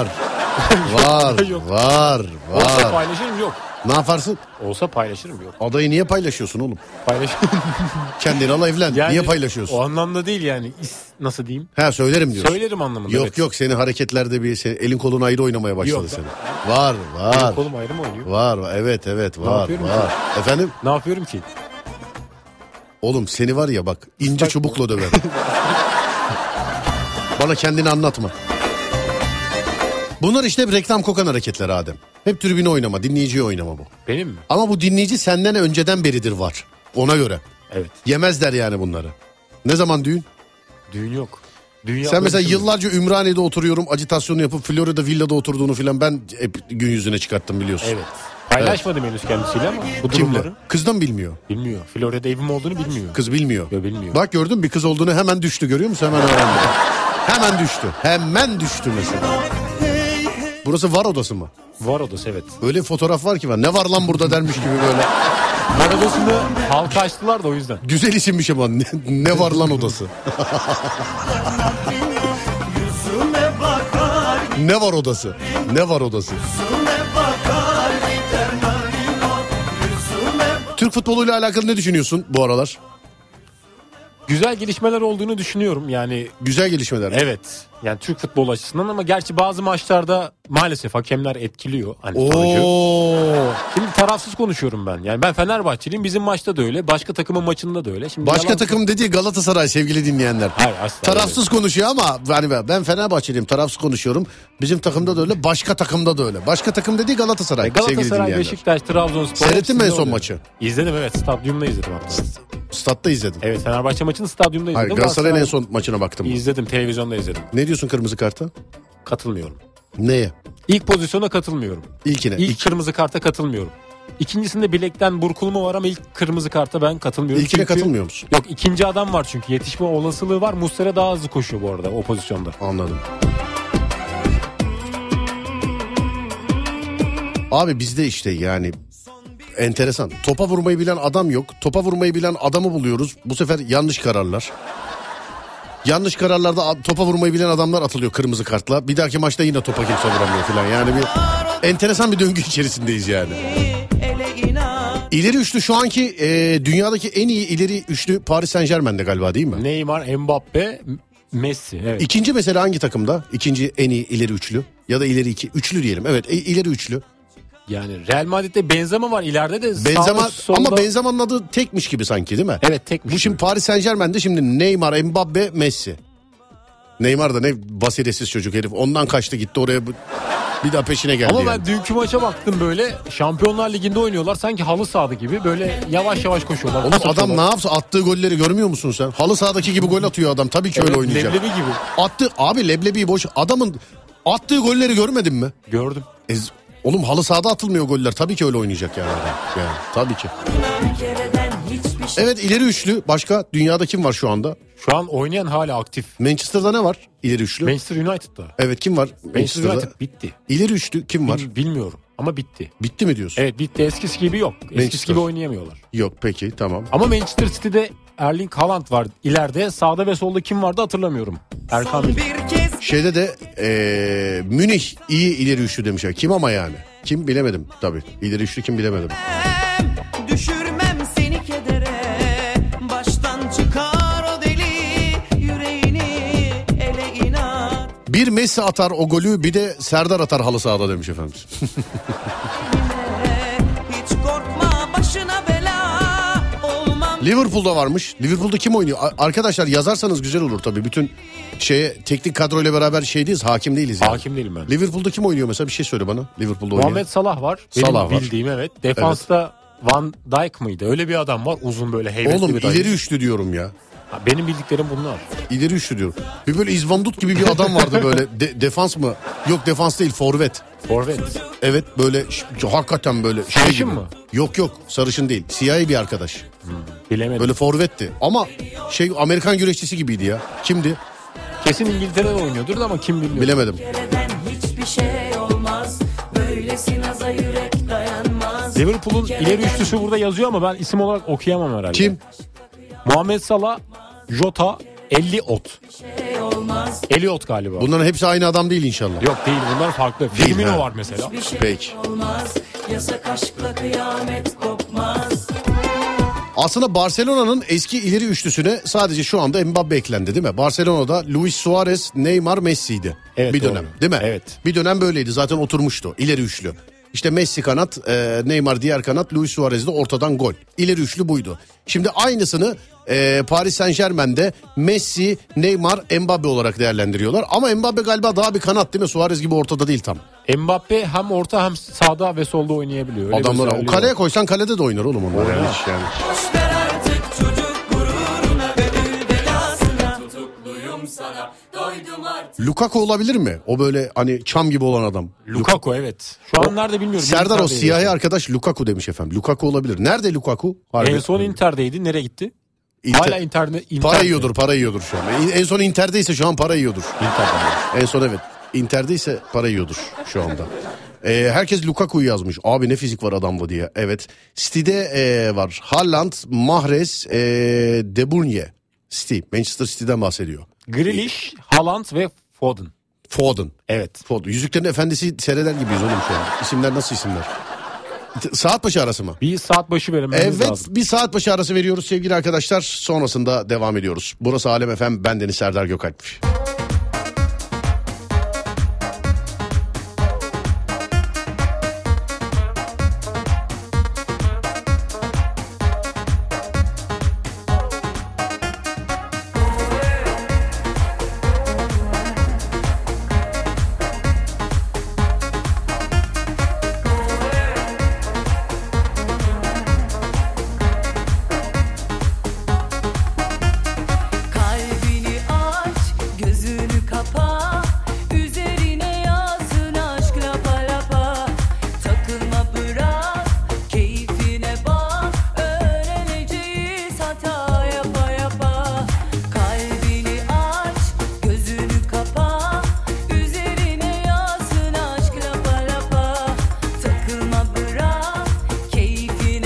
Yok. var. Olsa paylaşırım, yok. Ne yaparsın? Olsa paylaşırım, yok. Adayı niye paylaşıyorsun oğlum? Paylaşırım. Kendini al evlen. Yani Niye paylaşıyorsun? O anlamda değil yani. Nasıl diyeyim? Ha, söylerim diyorsun. Söylerim anlamında. Yok evet. yok, senin hareketlerde bir elin kolun ayrı oynamaya başladı Yok. senin. Var. Benim kolum ayrı mı oynuyor? Var. Evet var. yapıyorum Efendim? Ne yapıyorum ki? Oğlum seni var ya bak, ince çubukla döver. Bana kendini anlatma. Bunlar işte hep reklam kokan hareketler Adem. Hep tribüne oynama, dinleyiciye oynama bu. Benim mi? Ama bu dinleyici senden önceden beridir var. Ona göre. Evet. Yemezler yani bunları. Ne zaman düğün? Düğün yok. Sen mesela yıllarca Ümraniye'de oturuyorum, acitasyonu yapıp Florida villada oturduğunu filan ben hep gün yüzüne çıkarttım, biliyorsun. Evet. Paylaşmadım henüz kendisiyle ama bu durumları. Kimle? Kız da mı bilmiyor? Bilmiyor. Florya'da evim olduğunu bilmiyor. Kız bilmiyor. Yok, bilmiyor. Bak gördün, bir kız olduğunu hemen düştü, görüyor musun? Hemen öğrendi. Hemen düştü mesela. Burası var odası mı? Var odası, evet. Öyle fotoğraf var ki, var. Ne var lan burada dermiş gibi böyle. Var odasında halka açtılar da o yüzden. Güzel isimmiş ama ne var lan odası. Yüzüme bakar, Ne var odası? Ne var odası? yüzüme bakar gider narino. Yüzüme Türk futboluyla alakalı ne düşünüyorsun bu aralar? Güzel gelişmeler olduğunu düşünüyorum yani. Güzel gelişmeler. Evet. Yani Türk futbolu açısından, ama gerçi bazı maçlarda maalesef hakemler etkiliyor. Hani sonucu. Oo. Şimdi tarafsız konuşuyorum ben. Yani ben Fenerbahçeliyim. Bizim maçta da öyle. Başka takımın maçında da öyle. Şimdi Başka yalan... takım dediği Galatasaray sevgili dinleyenler. Hayır, asla Tarafsız konuşuyor ama yani ben Fenerbahçeliyim, tarafsız konuşuyorum. Bizim takımda da öyle, başka takımda da öyle. Başka takım dediği Galatasaray sevgili Galatasaray, dinleyenler. Beşiktaş, Trabzonspor. Seyrettin mi en son oluyor. maçı? İzledim, evet. Stadyumda izledim hatta. Statta izledim. Evet, Fenerbahçe maçını stadyumda izledim. Hayır, Galatasaray'ın en Galatasaray son maçına baktım. İzledim, televizyonda izledim. Ne diyorsun kırmızı karta? Katılmıyorum. Neye? İlk pozisyona katılmıyorum. İlkine. İlk kırmızı karta katılmıyorum. İkincisinde bilekten burkulma var ama ilk kırmızı karta ben katılmıyorum. İlkine katılmıyor musun? Yok, ikinci adam var çünkü. Yetişme olasılığı var. Muslera daha hızlı koşuyor bu arada o pozisyonda. Anladım. Abi bizde işte yani Enteresan. Topa vurmayı bilen adam yok. Topa vurmayı bilen adamı buluyoruz. Bu sefer yanlış kararlar. Yanlış kararlarda topa vurmayı bilen adamlar atılıyor kırmızı kartla. Bir dahaki maçta yine topa kimse vuramıyor falan. Yani bir enteresan bir döngü içerisindeyiz yani. İleri üçlü şu anki dünyadaki en iyi ileri üçlü Paris Saint-Germain'de galiba değil mi? Neymar, Mbappe, Messi. Evet. İkinci mesela hangi takımda? İkinci en iyi ileri üçlü ya da ileri iki üçlü diyelim. Evet ileri üçlü. Yani Real Madrid'de Benzema var, ileride de Benzema solda... ama Benzema'nın adı tekmiş gibi sanki değil mi? Evet tekmiş. Bu şimdi Paris Saint-Germain'de şimdi Neymar, Mbappe, Messi. Neymar da ne basiretsiz çocuk herif. Ondan kaçtı gitti oraya bir daha peşine geldi. Ama yani. ben dünkü maça baktım böyle Şampiyonlar Ligi'nde oynuyorlar. Sanki halı sahada gibi böyle yavaş yavaş koşuyorlar. Oğlum adam ne yapsa attığı golleri görmüyor musun sen? Halı sahadaki gibi gol atıyor adam. Tabii ki evet, öyle oynayacak. Leblebi gibi. Attı abi leblebi boş. Adamın attığı golleri görmedin mi? Gördüm. Oğlum halı sahada atılmıyor goller. Tabii ki öyle oynayacak yani adam. Yani, tabii ki. Evet ileri üçlü. Başka dünyada kim var şu anda? Şu an oynayan hala aktif. Manchester'da ne var ileri üçlü? Manchester United'da. Evet kim var? Manchester United bitti. İleri üçlü kim var? Bilmiyorum ama bitti. Bitti mi diyorsun? Evet bitti, eskisi gibi yok. Eskisi gibi oynayamıyorlar. Yok peki tamam. Ama Manchester City'de Erling Haaland var. İleride sağda ve solda kim vardı hatırlamıyorum. Erkan bilir. Şeyde de Münih iyi ileri üçlü demişler. Kim ama yani? Kim bilemedim tabii. İleri üçlü kim bilemedim. Düşürmem seni kedere. Baştan çıkar o deli yüreğini ele inat. Bir Messi atar o golü bir de Serdar atar halı sahada demiş efendim. Hiç korkma başına bela olmam. Liverpool'da varmış. Liverpool'da kim oynuyor? Arkadaşlar yazarsanız güzel olur tabii. Bütün teknik kadroyla beraber değiliz, hakim değiliz yani. Hakim değilim ben. Liverpool'da kim oynuyor mesela? Bir şey söyle bana. Liverpool'da oynayan. Muhammed Salah var. Benim Salah var. bildiğim evet. Defansta Van Dijk mıydı? Öyle bir adam var. Uzun böyle heybetli Oğlum bir dayı. ileri üçlü diyorum ya. Ha, benim bildiklerim bunlar. İleri üçlü diyorum. Bir böyle İzvandut gibi bir adam vardı böyle. Defans mı? Yok defans değil, forvet. Forvet. Evet böyle hakikaten böyle. Sarışın gibi. mı? Yok sarışın değil. Siyahi bir arkadaş. Bilemedim. Böyle forvetti. Ama Amerikan güreşçisi gibiydi ya. Kimdi? Kesin İngiltere'de oynuyordur da ama kim bilmiyor. Bilemedim. Hiçbir şey olmaz. Böylesi naza yürek dayanmaz. Liverpool'un ileri üçlüsü burada yazıyor ama ben isim olarak okuyamam herhalde. Kim? Muhammed Salah, Jota, Elliot. Elliot galiba. Bunların hepsi aynı adam değil inşallah. Yok değil, bunlar farklı. Değil, Firmino ha. var mesela. Peki. Olmaz. Yasak aşkla kıyamet kopmaz. Aslında Barcelona'nın eski ileri üçlüsüne sadece şu anda Mbappe eklendi değil mi? Barcelona'da Luis Suarez, Neymar, Messi'ydi. Evet, bir dönem doğru. değil mi? Evet. Bir dönem böyleydi zaten oturmuştu ileri üçlü. İşte Messi kanat, Neymar diğer kanat, Luis Suarez de ortadan gol. İleri üçlü buydu. Şimdi aynısını Paris Saint-Germain'de Messi, Neymar, Mbappe olarak değerlendiriyorlar. Ama Mbappe galiba daha bir kanat değil mi? Suarez gibi ortada değil tam. Mbappe hem orta hem sağda ve solda oynayabiliyor. Öyle Adamlara o kaleye koysan kalede de oynar oğlum onlar. Oynar. Yani hiç yani. Boş ver artık çocuk gururuna ve gül belasına. Tutukluyum sana, doydum artık. Lukaku olabilir mi? O böyle hani çam gibi olan adam. Lukaku evet. Şu an nerede bilmiyorum. Serdar o İnter'deydi. siyahi arkadaş Lukaku demiş efendim. Lukaku olabilir. Nerede Lukaku? Harbi. En son Inter'deydi. Nereye gitti? Hala Inter'de. Para yiyordur şu an. En son Inter'deyse şu an para yiyordur. Inter'de. En son evet. Inter'deyse para yiyordur şu anda. Herkes Lukaku'yu yazmış. Abi ne fizik var adamda diye. Evet. City'de var. Haaland, Mahrez, De Bruyne. City. Manchester City'den bahsediyor. Grealish, Haaland ve Foden. Evet. Foden. Yüzüklerin Efendisi seyreder gibiyiz oğlum şu an. İsimler nasıl isimler? Saat başı arası mı? Bir saat başı vermemiz Evet lazım. bir saat başı arası veriyoruz sevgili arkadaşlar. Sonrasında devam ediyoruz. Burası Alem FM, ben Deniz Serdar Gökalp. Kalbini aç, gözünü kapa, üzerine yazsın aşk lapa lapa. Takılma bırak, keyfine bak, öğreneceğiz hata yapa yapa. Kalbini aç, gözünü kapa, üzerine yazsın aşk lapa lapa. Takılma bırak, keyfine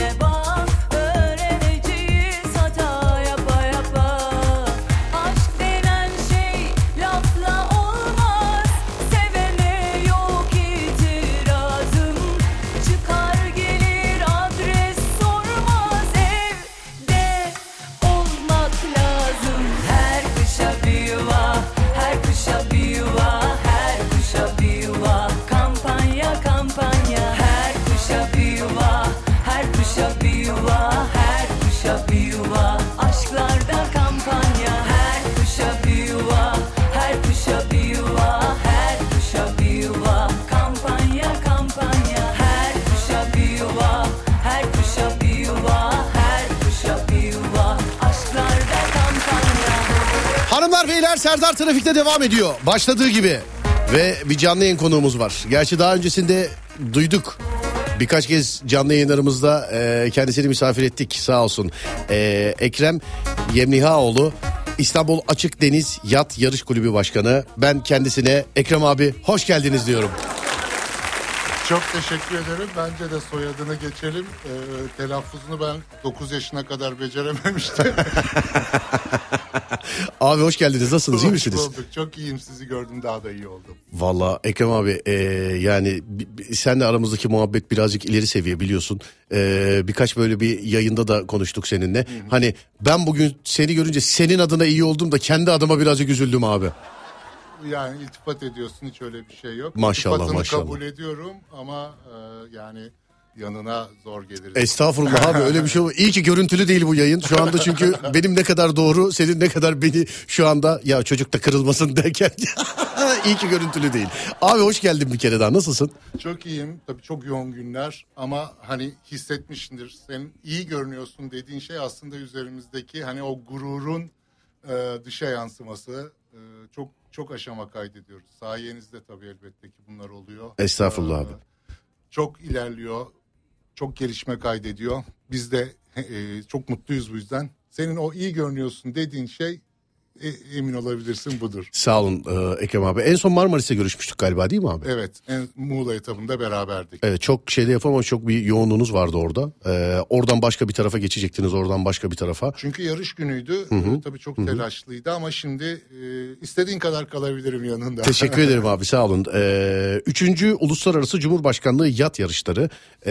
beyler, Serdar Trafik'te devam ediyor. Başladığı gibi. Ve bir canlı yayın konuğumuz var. Gerçi daha öncesinde duyduk. Birkaç kez canlı yayınlarımızda kendisini misafir ettik, sağ olsun. Ekrem Yemlihaoğlu, İstanbul Açık Deniz Yat Yarış Kulübü Başkanı. Ben kendisine Ekrem abi hoş geldiniz diyorum. Çok teşekkür ederim. Bence de soyadını geçelim. Telaffuzunu ben 9 yaşına kadar becerememiştim. Abi hoş geldiniz. Nasılsınız? İyi misiniz? Hoş bulduk. Çok iyiyim. Sizi gördüm, daha da iyi oldum. Valla Ekrem abi yani senle aramızdaki muhabbet birazcık ileri seviye, biliyorsun. Birkaç böyle bir yayında da konuştuk seninle. Hı-hı. Hani ben bugün seni görünce senin adına iyi oldum da kendi adıma birazcık üzüldüm abi. Yani iltifat ediyorsun, hiç öyle bir şey yok. Maşallah İltifatını maşallah. kabul ediyorum ama yani yanına zor geliriz. Estağfurullah abi, öyle bir şey olur. İyi ki görüntülü değil bu yayın şu anda, çünkü benim ne kadar doğru, senin ne kadar beni şu anda ya çocuk da kırılmasın derken iyi ki görüntülü değil. Abi hoş geldin bir kere daha, nasılsın? Çok iyiyim tabii, çok yoğun günler ama hani hissetmişsindir. Senin iyi görünüyorsun dediğin şey aslında üzerimizdeki hani o gururun dışa yansıması. Çok aşama kaydediyoruz. Sayenizde tabii elbette ki bunlar oluyor. Estağfurullah abi. Çok ilerliyor. Çok gelişme kaydediyor. Biz de çok mutluyuz bu yüzden. Senin o iyi görünüyorsun dediğin şey emin olabilirsin budur. Sağ olun Ekrem abi. En son Marmaris'te görüşmüştük galiba, değil mi abi? Evet. Muğla etabında beraberdik. Evet, çok şeyde yapamamış, çok bir yoğunluğunuz vardı orada. Oradan başka bir tarafa geçecektiniz, oradan başka bir tarafa. Çünkü yarış günüydü. Tabii çok telaşlıydı ama şimdi istediğin kadar kalabilirim yanında. Teşekkür ederim abi, sağ olun. 3. Uluslararası Cumhurbaşkanlığı Yat Yarışları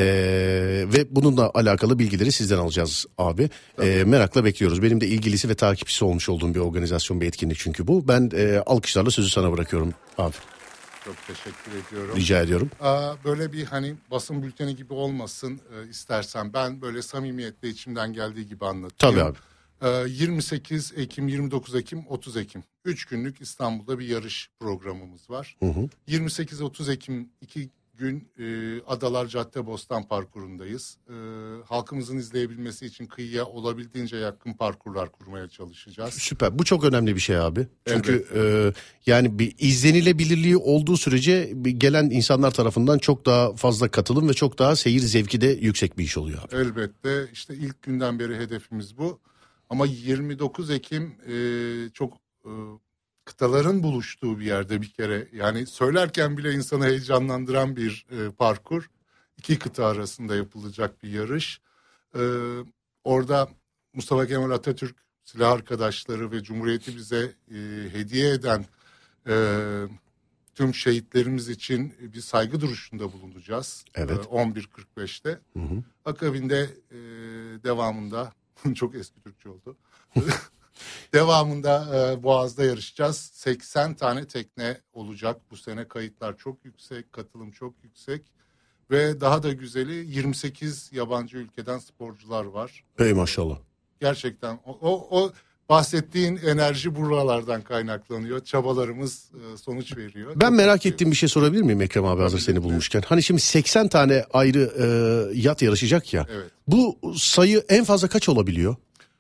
ve bununla alakalı bilgileri sizden alacağız abi. Merakla bekliyoruz. Benim de ilgilisi ve takipçisi olmuş olduğum bir organizasyon, bir etkinlik çünkü bu. Ben alkışlarla sözü sana bırakıyorum abi. Çok teşekkür ediyorum. Rica ediyorum. Böyle bir hani basın bülteni gibi olmasın istersen. Ben böyle samimiyetle içimden geldiği gibi anlatayım. Tabii abi. 28 Ekim, 29 Ekim, 30 Ekim. 3 günlük İstanbul'da bir yarış programımız var. 28-30 Ekim 2 gün Adalar Caddebostan parkurundayız. Halkımızın izleyebilmesi için kıyıya olabildiğince yakın parkurlar kurmaya çalışacağız. Süper. Bu çok önemli bir şey abi. Çünkü yani bir izlenilebilirliği olduğu sürece gelen insanlar tarafından çok daha fazla katılım ve çok daha seyir zevki de yüksek bir iş oluyor abi. Elbette. İşte ilk günden beri hedefimiz bu. Ama 29 Ekim çok kıtaların buluştuğu bir yerde bir kere. Yani söylerken bile insanı heyecanlandıran bir parkur. 2 kıta arasında yapılacak bir yarış. Orada Mustafa Kemal Atatürk, silah arkadaşları ve Cumhuriyeti bize hediye eden tüm şehitlerimiz için bir saygı duruşunda bulunacağız. Evet. 11.45'te. Akabinde devamında çok eski Türkçe oldu. Devamında Boğaz'da yarışacağız. 80 tane tekne olacak bu sene. Kayıtlar çok yüksek, katılım çok yüksek. Ve daha da güzeli 28 yabancı ülkeden sporcular var. Ey maşallah. Gerçekten o bahsettiğin enerji buralardan kaynaklanıyor. Çabalarımız sonuç veriyor. Ben merak ettiğim bir şey sorabilir miyim Ekrem abi, hazır seni bulmuşken? Hani şimdi 80 tane ayrı yat yarışacak ya. Evet. Bu sayı en fazla kaç olabiliyor?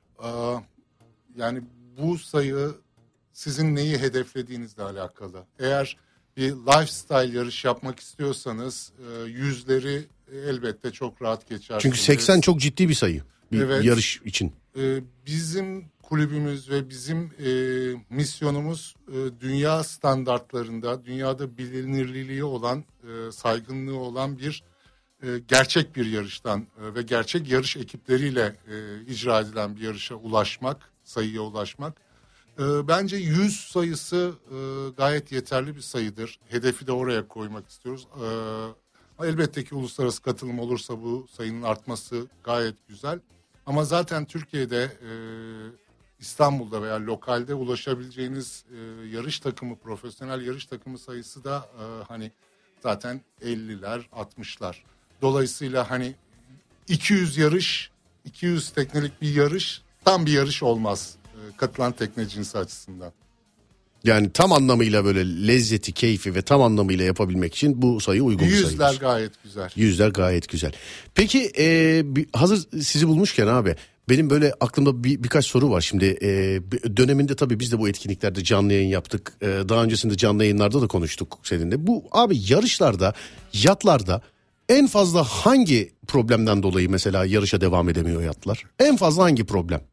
Yani bu sayı sizin neyi hedeflediğinizle alakalı. Eğer bir lifestyle yarış yapmak istiyorsanız yüzleri elbette çok rahat geçersiniz. Çünkü 80 çok ciddi bir sayı bir evet, yarış için. Bizim kulübümüz ve bizim misyonumuz dünya standartlarında, dünyada bilinirliği olan, saygınlığı olan bir gerçek bir yarıştan ve gerçek yarış ekipleriyle icra edilen bir yarışa ulaşmak, sayıya ulaşmak. Bence 100 sayısı gayet yeterli bir sayıdır. Hedefi de oraya koymak istiyoruz. Elbette ki uluslararası katılım olursa bu sayının artması gayet güzel. Ama zaten Türkiye'de, İstanbul'da veya lokalde ulaşabileceğiniz yarış takımı, profesyonel yarış takımı sayısı da hani zaten 50'ler, 60'lar. Dolayısıyla hani 200 yarış, 200 teknelik bir yarış tam bir yarış olmaz katılan tekne cinsi açısından. Yani tam anlamıyla böyle lezzeti, keyfi ve tam anlamıyla yapabilmek için bu sayı uygun bir sayı. Yüzler gayet güzel. Yüzler gayet güzel. Peki hazır sizi bulmuşken abi, benim böyle aklımda birkaç soru var. Şimdi döneminde tabii biz de bu etkinliklerde canlı yayın yaptık. Daha öncesinde canlı yayınlarda da konuştuk seninle. Bu abi yarışlarda, yatlarda en fazla hangi problemden dolayı mesela yarışa devam edemiyor yatlar? En fazla hangi problem?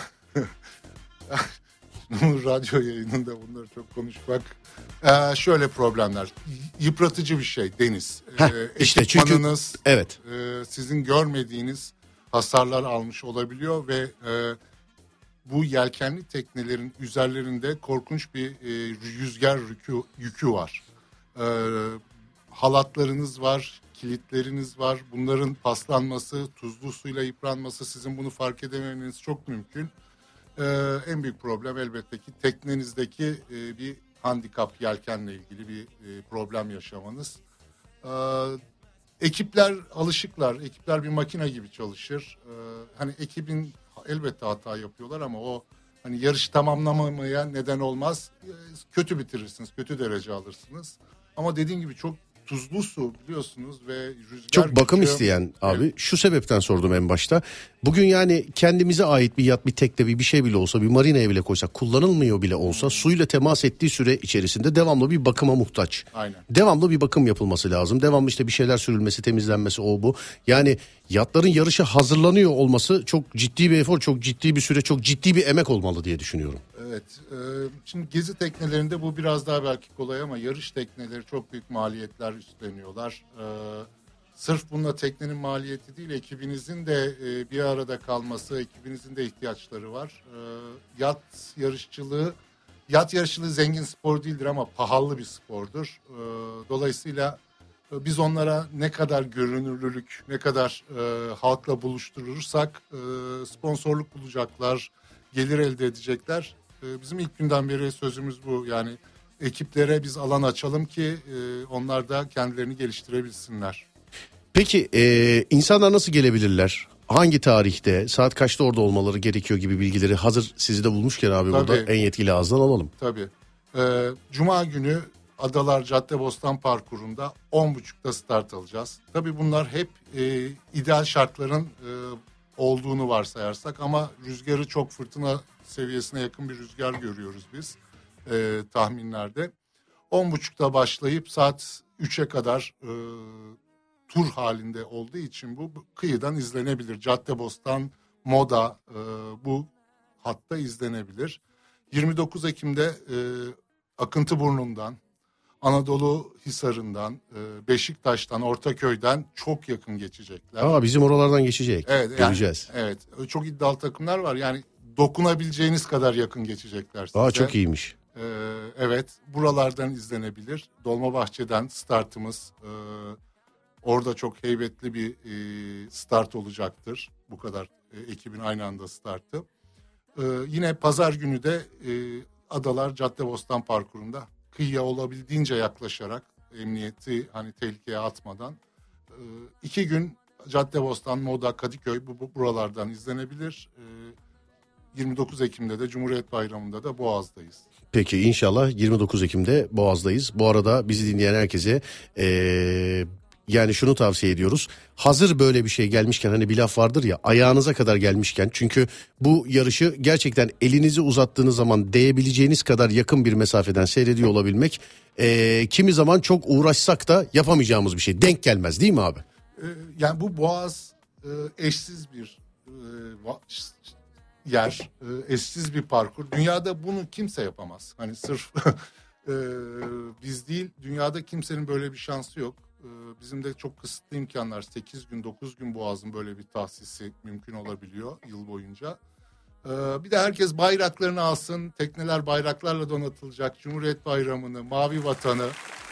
Radyo yayınında bunları çok konuşmak. Şöyle problemler. Yıpratıcı bir şey deniz. İşte çünkü Ekipmanınız, evet. Sizin görmediğiniz hasarlar almış olabiliyor ve bu yelkenli teknelerin üzerlerinde korkunç bir rüzgar yükü var. Halatlarınız var, kilitleriniz var. Bunların paslanması, tuzlu suyla yıpranması, sizin bunu fark edememeniz çok mümkün. En büyük problem elbette ki teknenizdeki bir handikap, yelkenle ilgili bir problem yaşamanız. Ekipler alışıklar, ekipler bir makine gibi çalışır. Hani ekibin elbette hata yapıyorlar ama o hani yarışı tamamlamamaya neden olmaz. Kötü bitirirsiniz, kötü derece alırsınız. Ama dediğim gibi çok tuzlu su biliyorsunuz ve rüzgar çok bakım gücü, isteyen abi. Evet. Şu sebepten sordum en başta. Bugün yani kendimize ait bir yat, bir tekne, bir şey bile olsa, bir marinaya bile koysak, kullanılmıyor bile olsa suyla temas ettiği süre içerisinde devamlı bir bakıma muhtaç. Aynen. Devamlı bir bakım yapılması lazım. Devamlı işte bir şeyler sürülmesi, temizlenmesi, o bu. Yani yatların yarışa hazırlanıyor olması çok ciddi bir efor, çok ciddi bir süre, çok ciddi bir emek olmalı diye düşünüyorum. Evet. Şimdi gezi teknelerinde bu biraz daha belki kolay ama yarış tekneleri çok büyük maliyetler üstleniyorlar. Sırf bununla teknenin maliyeti değil, ekibinizin de bir arada kalması, ekibinizin de ihtiyaçları var. Yat yarışçılığı zengin spor değildir ama pahalı bir spordur. Dolayısıyla biz onlara ne kadar görünürlülük, ne kadar halkla buluşturursak sponsorluk bulacaklar, gelir elde edecekler. Bizim ilk günden beri sözümüz bu. Yani ekiplere biz alan açalım ki onlar da kendilerini geliştirebilsinler. Peki insanlar nasıl gelebilirler? Hangi tarihte, saat kaçta orada olmaları gerekiyor gibi bilgileri hazır sizi de bulmuşken abi Tabii. burada en yetkili ağızdan alalım. Tabii. Cuma günü Adalar Caddebostan Parkuru'nda 10.30'da start alacağız. Tabii bunlar hep ideal şartların olduğunu varsayarsak ama rüzgarı çok fırtına seviyesine yakın bir rüzgar görüyoruz biz tahminlerde. 10.30'da başlayıp saat 3'e kadar tur halinde olduğu için bu kıyıdan izlenebilir. Caddebostan, Moda bu hatta izlenebilir. 29 Ekim'de Akıntıburnu'ndan, Anadolu Hisarı'ndan, Beşiktaş'tan, Ortaköy'den çok yakın geçecekler. Bizim oralardan geçecek. Evet, göreceğiz. Yani, evet, çok iddialı takımlar var. Yani dokunabileceğiniz kadar yakın geçecekler size. Çok iyiymiş. Evet, buralardan izlenebilir. Dolmabahçe'den startımız. Orada çok heybetli bir start olacaktır. Bu kadar ekibin aynı anda startı. Yine pazar günü de Adalar Caddebostan Parkuru'nda kıyıya olabildiğince yaklaşarak emniyeti hani tehlikeye atmadan 2 gün Caddebostan, Moda, Kadıköy buralardan izlenebilir. 29 Ekim'de de Cumhuriyet Bayramı'nda da Boğaz'dayız. Peki inşallah 29 Ekim'de Boğaz'dayız. Bu arada bizi dinleyen herkese yani şunu tavsiye ediyoruz. Hazır böyle bir şey gelmişken, hani bir laf vardır ya, ayağınıza kadar gelmişken, çünkü bu yarışı gerçekten elinizi uzattığınız zaman değebileceğiniz kadar yakın bir mesafeden seyrediyor olabilmek kimi zaman çok uğraşsak da yapamayacağımız bir şey. Denk gelmez değil mi abi? Yani bu Boğaz eşsiz bir yer, eşsiz bir parkur. Dünyada bunu kimse yapamaz. Hani sırf biz değil, dünyada kimsenin böyle bir şansı yok. Bizim de çok kısıtlı imkanlar, 8 gün 9 gün Boğaz'ın böyle bir tahsisi mümkün olabiliyor yıl boyunca. Bir de herkes bayraklarını alsın, tekneler bayraklarla donatılacak, Cumhuriyet Bayramı'nı, Mavi Vatan'ı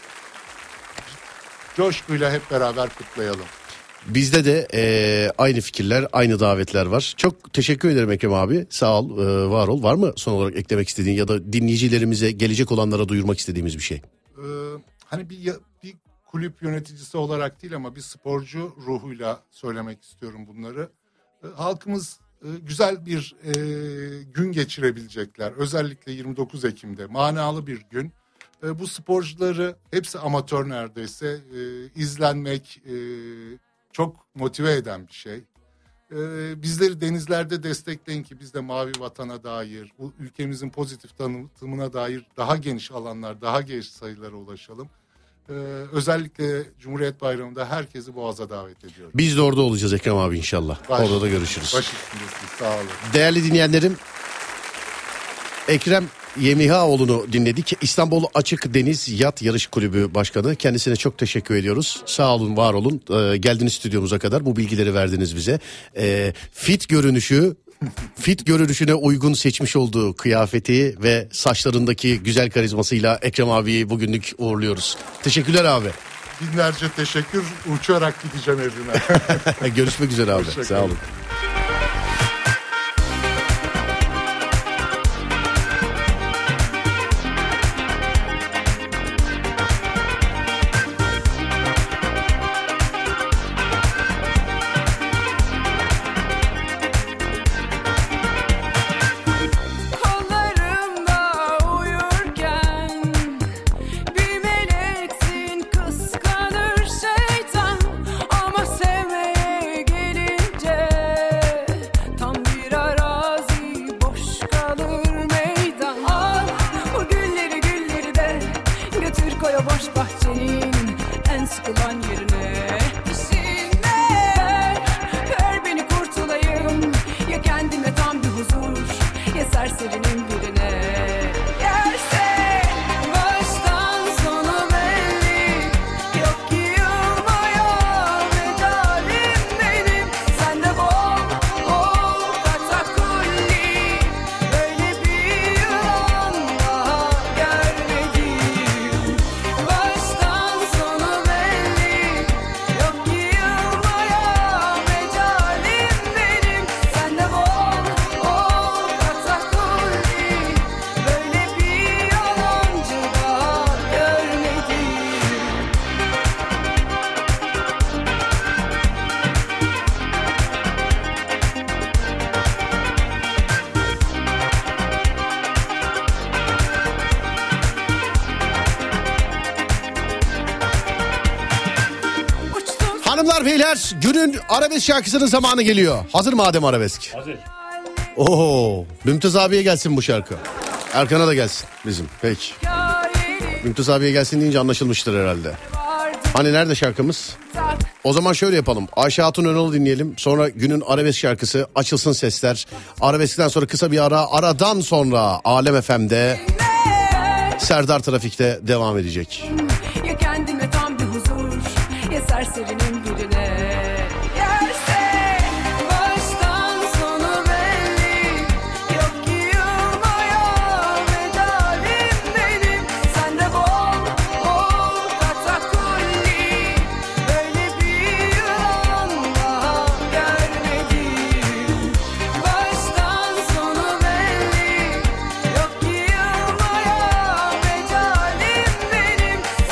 coşkuyla hep beraber kutlayalım. Bizde de aynı fikirler, aynı davetler var. Çok teşekkür ederim Ekrem abi. Sağ ol, var ol. Var mı son olarak eklemek istediğin ya da dinleyicilerimize, gelecek olanlara duyurmak istediğimiz bir şey? Hani bir kulüp yöneticisi olarak değil ama bir sporcu ruhuyla söylemek istiyorum bunları. Halkımız güzel bir gün geçirebilecekler. Özellikle 29 Ekim'de manalı bir gün. Bu sporcuları, hepsi amatör neredeyse, izlenmek çok motive eden bir şey. Bizleri denizlerde destekleyin ki biz de mavi vatana dair, bu ülkemizin pozitif tanıtımına dair daha geniş alanlar, daha geniş sayılara ulaşalım. Özellikle Cumhuriyet Bayramı'nda herkesi Boğaz'a davet ediyorum. Biz de orada olacağız Ekrem abi inşallah. Orada da görüşürüz. Baş üstündesiniz, sağ olun. Değerli dinleyenlerim, Ekrem Yemihaoğlu'nu dinledik. İstanbul Açık Deniz Yat Yarış Kulübü Başkanı. Kendisine çok teşekkür ediyoruz. Sağ olun, var olun. Geldiniz stüdyomuza kadar. Bu bilgileri verdiniz bize. Fit görünüşüne uygun seçmiş olduğu kıyafeti ve saçlarındaki güzel karizmasıyla Ekrem abiyi bugünlük uğurluyoruz. Teşekkürler abi. Binlerce teşekkür. Uçarak gideceğim evime. Görüşmek üzere abi. Sağ olun. Hanımlar beyler, günün arabesk şarkısının zamanı geliyor. Hazır mı Adem arabesk? Hazır. Oo, Mümtaz abiye gelsin bu şarkı. Erkan'a da gelsin bizim. Peki. Mümtaz abiye gelsin deyince anlaşılmıştır herhalde. Hani nerede şarkımız? O zaman şöyle yapalım. Ayşe Hatun Önal'ı dinleyelim. Sonra günün arabesk şarkısı Açılsın Sesler. Arabeskten sonra kısa bir ara. Aradan sonra Alem FM'de Serdar Trafik'te devam edecek. Ya kendime tam bir huzur, ya serserinin birine. Yerse baştan sonu belli, yok ki yılmaya medalim benim. Sen de bol bol katakulli, böyle bir yılan daha görmedim. Baştan sonu belli, yok ki yılmaya medalim benim.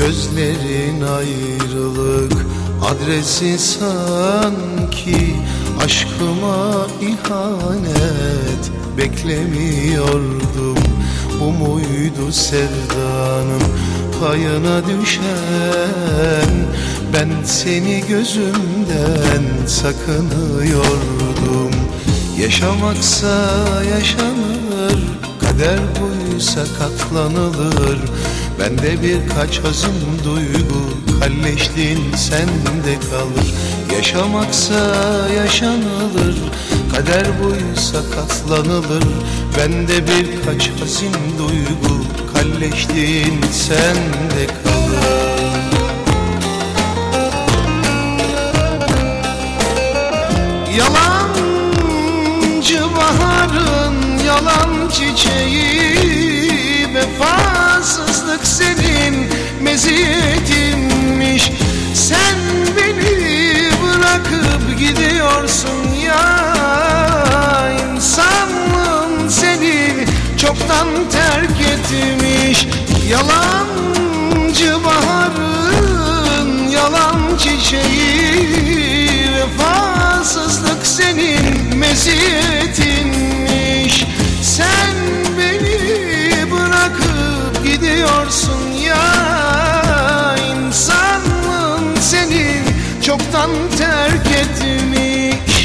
Gözlerin ayrılık adresi sanki, aşkıma ihanet beklemiyordum. Bu muydu sevdanın payına düşen? Ben seni gözümden sakınıyordum. Yaşamaksa yaşanır, kader buysa katlanılır. Bende birkaç hazin duygu, kalleşliğin sende kalır. Yaşamaksa yaşanılır, kader buysa katlanılır. Bende birkaç hazin duygu, kalleşliğin sende kalır. Yalancı baharın yalan çiçeği, vefasızlık senin meziyetinmiş. Sen beni bırakıp gidiyorsun ya, insanlığın seni çoktan terk etmiş. Yalancı baharın yalan çiçeği, vefasızlık senin meziyetinmiş. Sen beni bırakıp gidiyorsun ya, insanlığın seni çoktan terk etmiş.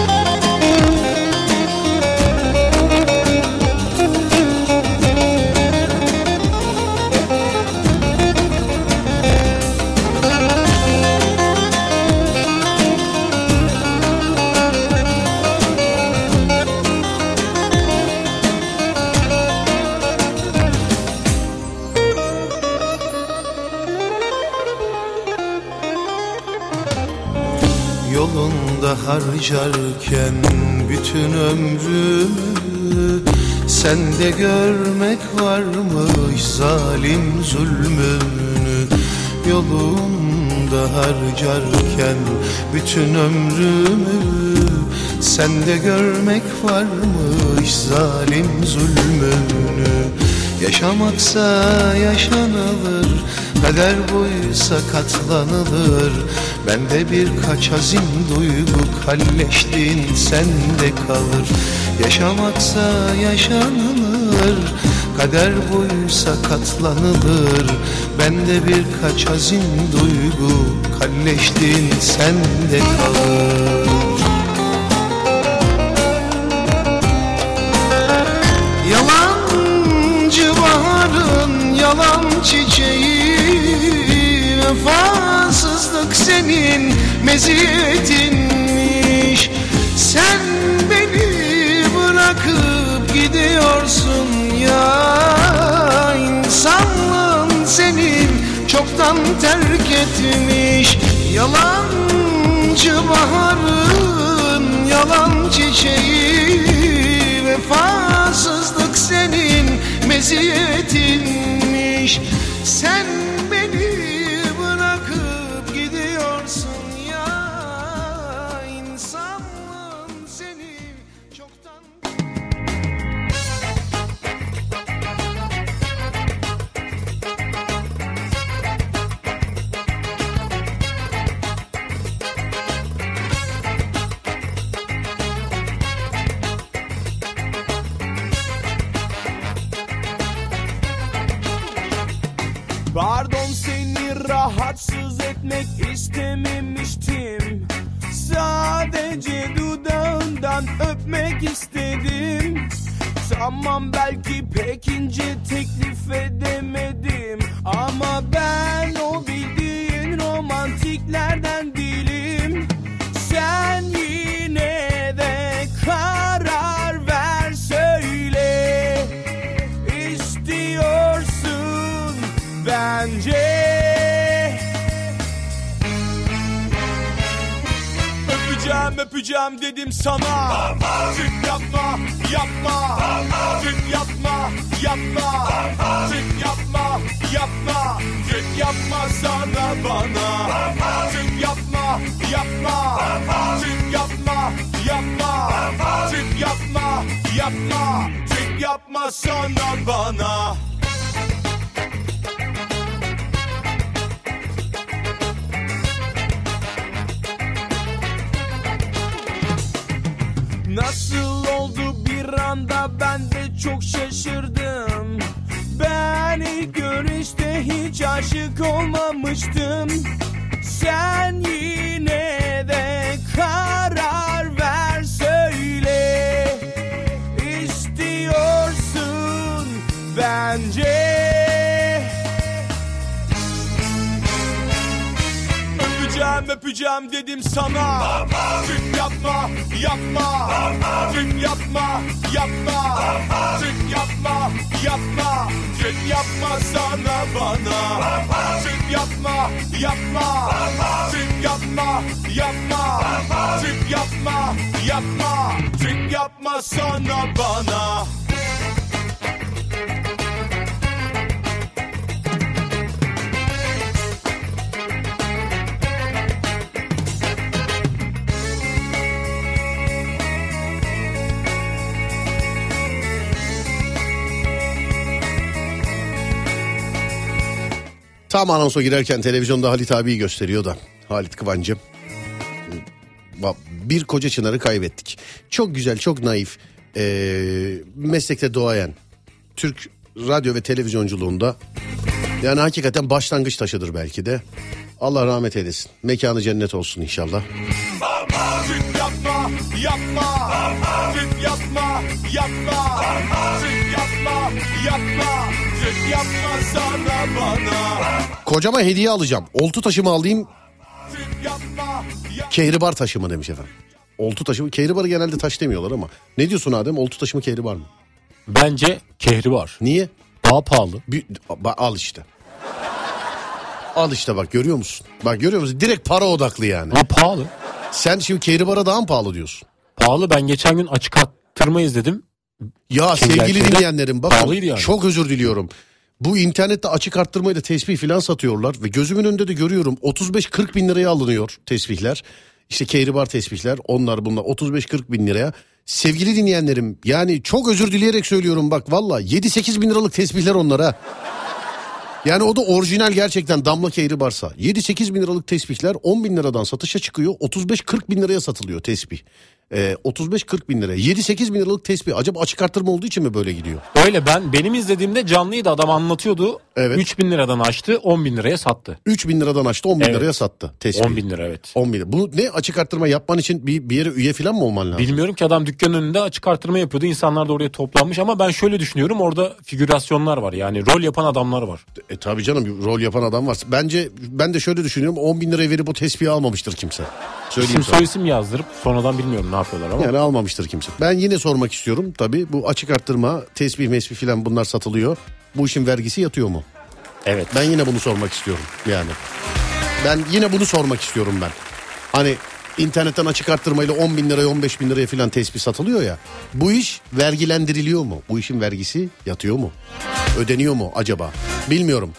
Yolunda harcarken bütün ömrümü, sende görmek varmış zalim zulmünü. Yolunda harcarken bütün ömrümü, sende görmek varmış zalim zulmünü. Yaşamaksa yaşanılır, kader buysa katlanılır. Bende birkaç hazin duygu, kalleşliğin sende kalır. Yaşamaksa yaşanılır, kader buysa katlanılır. Bende birkaç hazin duygu, kalleşliğin sende kalır. Yalancı baharın yalan çiçeği, vefasızlık senin meziyetinmiş. Sen beni bırakıp gidiyorsun ya, insanlığın senin çoktan terk etmiş. Yalancı baharın yalan çiçeği, vefasızlık senin meziyetinmiş. Sen beni bırakıp gidiyorsun ya, insanlığın seni çoktan... Pardon, seni rahatsız etmek istememiştim. Sadece dudağından öpmek istedim. Tamam, belki pek ince teklif edemedim, ama ben o bildiğin romantiklerden değilim. Sen yine de karar ver, söyle. İstiyorsun bence. Öpeceğim dedim sana. Tık yapma, yapma. Tık yapma, yapma. Tık yapma, yapma. Tık yapma sana bana. Tık yapma, yapma. Tık yapma, yapma. Tık yapma, yapma. Tık yapma sana bana. Nasıl oldu bir anda ben de çok şaşırdım. Ben ilk görüşte hiç aşık olmamıştım. Sen yine de karar ver söyle. İstiyorsun bence. Öpeceğim dedim sana. Trip yapma, yapma. Trip yapma, yapma. Trip yapma, yapma. Trip yapma sana bana. Trip yapma, yapma. Trip yapma, yapma. Trip yapma, yapma. Trip yapma sana bana. Tam anonsa girerken televizyonda Halit abiyi gösteriyor da. Halit Kıvancı. Bir koca çınarı kaybettik. Çok güzel, çok naif, meslekte doğayan, Türk radyo ve televizyonculuğunda yani hakikaten başlangıç taşıdır belki de. Allah rahmet eylesin. Mekanı cennet olsun inşallah. Trip yapma, yapma. Trip yapma, yapma. Trip yapma, yapma. Trip yapma sana bana. Kocama hediye alacağım. Oltu taşımı alayım. Kehribar taşı mı demiş efendim. Oltu taşı mı? Kehribarı genelde taş demiyorlar ama. Ne diyorsun Adem? Oltu taşı mı kehribar mı? Bence kehribar. Niye? Daha pahalı. Al işte. Al işte bak görüyor musun? Bak görüyor musun? Direkt para odaklı yani. Ama pahalı. Sen şimdi kehribara daha mı pahalı diyorsun? Pahalı. Ben geçen gün açık arttırma izledim. Ya sevgili dinleyenlerim bakın yani. Çok özür diliyorum. Bu internette açık arttırmayla tesbih filan satıyorlar ve gözümün önünde de görüyorum 35-40 bin liraya alınıyor tesbihler. İşte kehribar tesbihler onlar bunlar 35-40 bin liraya. Sevgili dinleyenlerim yani çok özür dileyerek söylüyorum bak valla 7-8 bin liralık tesbihler onlar ha. Yani o da orijinal gerçekten damla kehribarsa 7-8 bin liralık tesbihler 10 bin liradan satışa çıkıyor 35-40 bin liraya satılıyor tesbih. 35-40 bin lira 7-8 bin liralık tesbih acaba açık arttırma olduğu için mi böyle gidiyor? Öyle benim izlediğimde canlıydı adam anlatıyordu. Evet. 3 bin liradan açtı 10 bin liraya sattı. 3 bin liradan açtı 10 bin liraya sattı tesbih. 10 bin lira evet. 10 bin lira. Bu ne açık arttırma yapman için bir yere üye falan mı olman lazım? Bilmiyorum ki adam dükkanın önünde açık arttırma yapıyordu. İnsanlar da oraya toplanmış ama ben şöyle düşünüyorum orada figürasyonlar var yani rol yapan adamlar var. Tabii canım rol yapan adam var. Bence ben de şöyle düşünüyorum 10 bin liraya verip o tespihi almamıştır kimse. İsim soyisim yazdırıp sonradan bilmiyorum ne yapıyorlar ama. Yani almamıştır kimse. Ben yine sormak istiyorum tabii bu açık arttırma tesbih mesbih filan bunlar satılıyor. Bu işin vergisi yatıyor mu? Evet. Ben yine bunu sormak istiyorum yani. Ben yine bunu sormak istiyorum ben. Hani internetten açık arttırmayla 10 bin liraya 15 bin liraya filan tesbih satılıyor ya. Bu iş vergilendiriliyor mu? Bu işin vergisi yatıyor mu? Ödeniyor mu acaba? Bilmiyorum.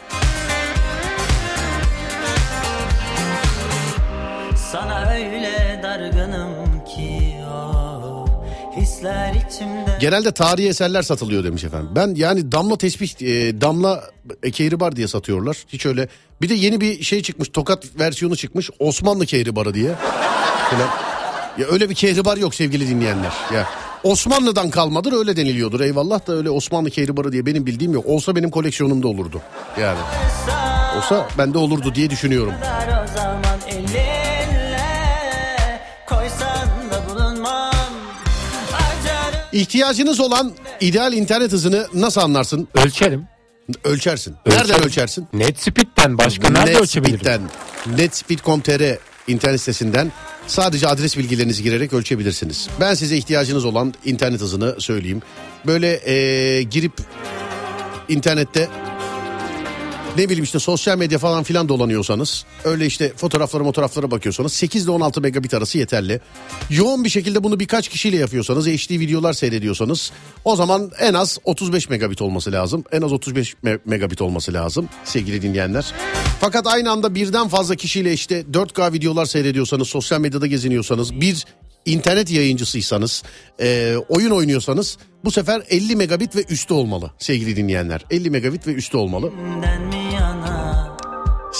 Sana öyle dargınım ki o hisler içimde. Genelde tarihi eserler satılıyor demiş efendim. Ben yani damla tesbih, damla kehribar diye satıyorlar. Hiç öyle. Bir de yeni bir şey çıkmış, tokat versiyonu çıkmış. Osmanlı kehribarı diye. Ya öyle bir kehribar yok sevgili dinleyenler. Ya Osmanlı'dan kalmadır öyle deniliyordur. Eyvallah da öyle Osmanlı kehribarı diye benim bildiğim yok. Olsa benim koleksiyonumda olurdu. Yani. Olsa bende olurdu diye düşünüyorum. O zaman elinle koysan da bulunmam. İhtiyacınız olan ideal internet hızını nasıl anlarsın? Ölçerim. Ölçersin. Nereden ölçersin? NetSpeed'den başka nerede ölçebilirim? Netspeed.com.tr internet sitesinden sadece adres bilgilerinizi girerek ölçebilirsiniz. Ben size ihtiyacınız olan internet hızını söyleyeyim. Böyle girip internette ne bileyim işte sosyal medya falan filan dolanıyorsanız öyle işte fotoğraflara bakıyorsanız 8 ile 16 megabit arası yeterli. Yoğun bir şekilde bunu birkaç kişiyle yapıyorsanız HD videolar seyrediyorsanız o zaman en az 35 megabit olması lazım. En az 35 megabit olması lazım sevgili dinleyenler. Fakat aynı anda birden fazla kişiyle işte 4K videolar seyrediyorsanız sosyal medyada geziniyorsanız bir internet yayıncısıysanız oyun oynuyorsanız bu sefer 50 megabit ve üstü olmalı sevgili dinleyenler. 50 megabit ve üstü olmalı.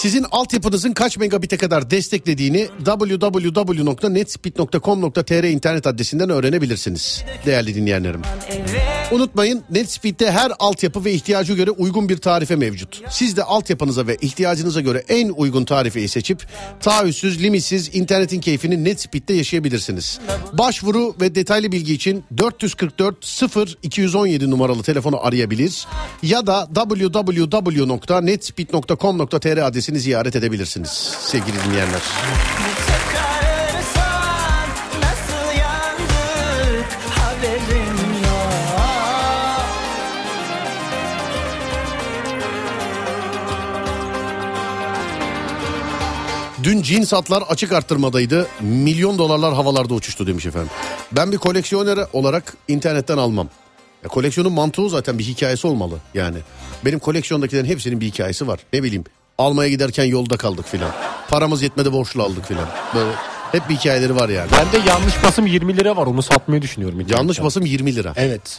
Sizin altyapınızın kaç megabite kadar desteklediğini www.netspeed.com.tr internet adresinden öğrenebilirsiniz değerli dinleyenlerim. Unutmayın, Netspeed'de her altyapı ve ihtiyacı göre uygun bir tarife mevcut. Siz de altyapınıza ve ihtiyacınıza göre en uygun tarifeyi seçip taahhütsüz, limitsiz internetin keyfini Netspeed'de yaşayabilirsiniz. Başvuru ve detaylı bilgi için 444 0217 numaralı telefonu arayabilir ya da www.netspeed.com.tr adresini ziyaret edebilirsiniz sevgili dinleyenler. Nasıl yandık haberim yok. Dün cins atlar açık arttırmadaydı. Milyon dolarlar havalarda uçuştu demiş efendim. Ben bir koleksiyoner olarak internetten almam. Koleksiyonun mantığı zaten bir hikayesi olmalı yani. Benim koleksiyondakilerin hepsinin bir hikayesi var. Ne bileyim, almaya giderken yolda kaldık filan. Paramız yetmedi, borçlu aldık filan. Böyle hep bir hikayeleri var yani. Bende yanlış basım 20 lira var, onu satmayı düşünüyorum. Yanlış basım 20 lira. Evet.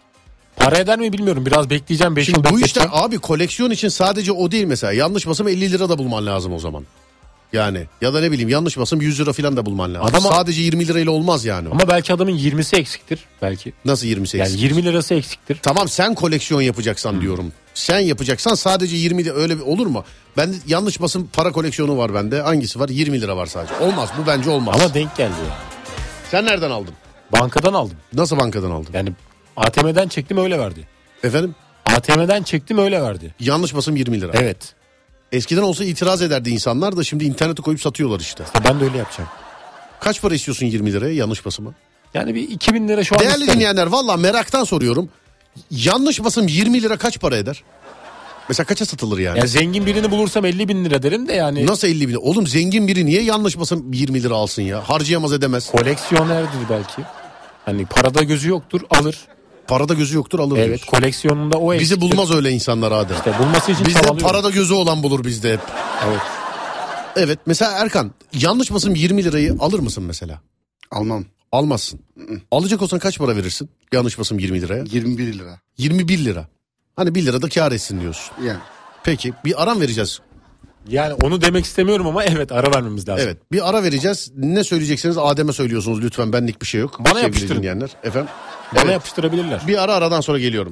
Para eder mi bilmiyorum, biraz bekleyeceğim. 5 Şimdi yıl bu bekleteceğim. işte abi koleksiyon için sadece o değil mesela. Yanlış basım 50 lira da bulman lazım o zaman. Yani ya da ne bileyim yanlış basım 100 lira falan da bulman lazım. Adama... Sadece 20 lirayla olmaz yani. Ama belki adamın 20'si eksiktir belki. Nasıl 20'si eksiktir? Yani 20 lirası eksiktir. Tamam, sen koleksiyon yapacaksan diyorum. Sen yapacaksan sadece 20 lira, öyle olur mu? Ben yanlış basım para koleksiyonu var bende. Hangisi var? 20 lira var sadece. Olmaz, bu bence olmaz. Ama denk geldi ya. Sen nereden aldın? Bankadan aldım. Nasıl bankadan aldın? Yani ATM'den çektim öyle verdi. Efendim? ATM'den çektim öyle verdi. Yanlış basım 20 lira. Evet. Eskiden olsa itiraz ederdi insanlar da şimdi internete koyup satıyorlar işte. Ben de öyle yapacağım. Kaç para istiyorsun 20 liraya yanlış basımı? Yani bir 2000 lira şu an Değerli isterim. dinleyenler, valla meraktan soruyorum. Yanlış basım 20 lira kaç para eder? Mesela kaça satılır yani? Ya zengin birini bulursam 50 bin lira derim de yani. Nasıl 50 bin? Oğlum zengin biri niye yanlış basım 20 lira alsın ya? Harcayamaz edemez. Koleksiyonerdir belki. Hani parada gözü yoktur, alır. Parada gözü yoktur, alır. Evet, diyorsun. koleksiyonunda o eksiktir. Bizi bulmaz öyle insanlar hadi. İşte bulması için bizde çabalıyor. parada gözü olan bulur bizde hep. Evet. Evet, mesela Erkan, yanlış basım 20 lirayı alır mısın mesela? Almam. Almazsın. Alacak olsan kaç para verirsin? Yanlış basım 20 liraya. 21 lira. 21 lira. Hani 1 lira da kâr etsin diyorsun. Yani. Peki bir ara vereceğiz. Yani onu demek istemiyorum ama evet, ara vermemiz lazım. Evet, bir ara vereceğiz. Ne söyleyeceksiniz Adem'e söylüyorsunuz lütfen, benlik bir şey yok. Bana yapıştırın. Dinleyenler. Efendim? Bana Evet. yapıştırabilirler. Bir aradan sonra geliyorum.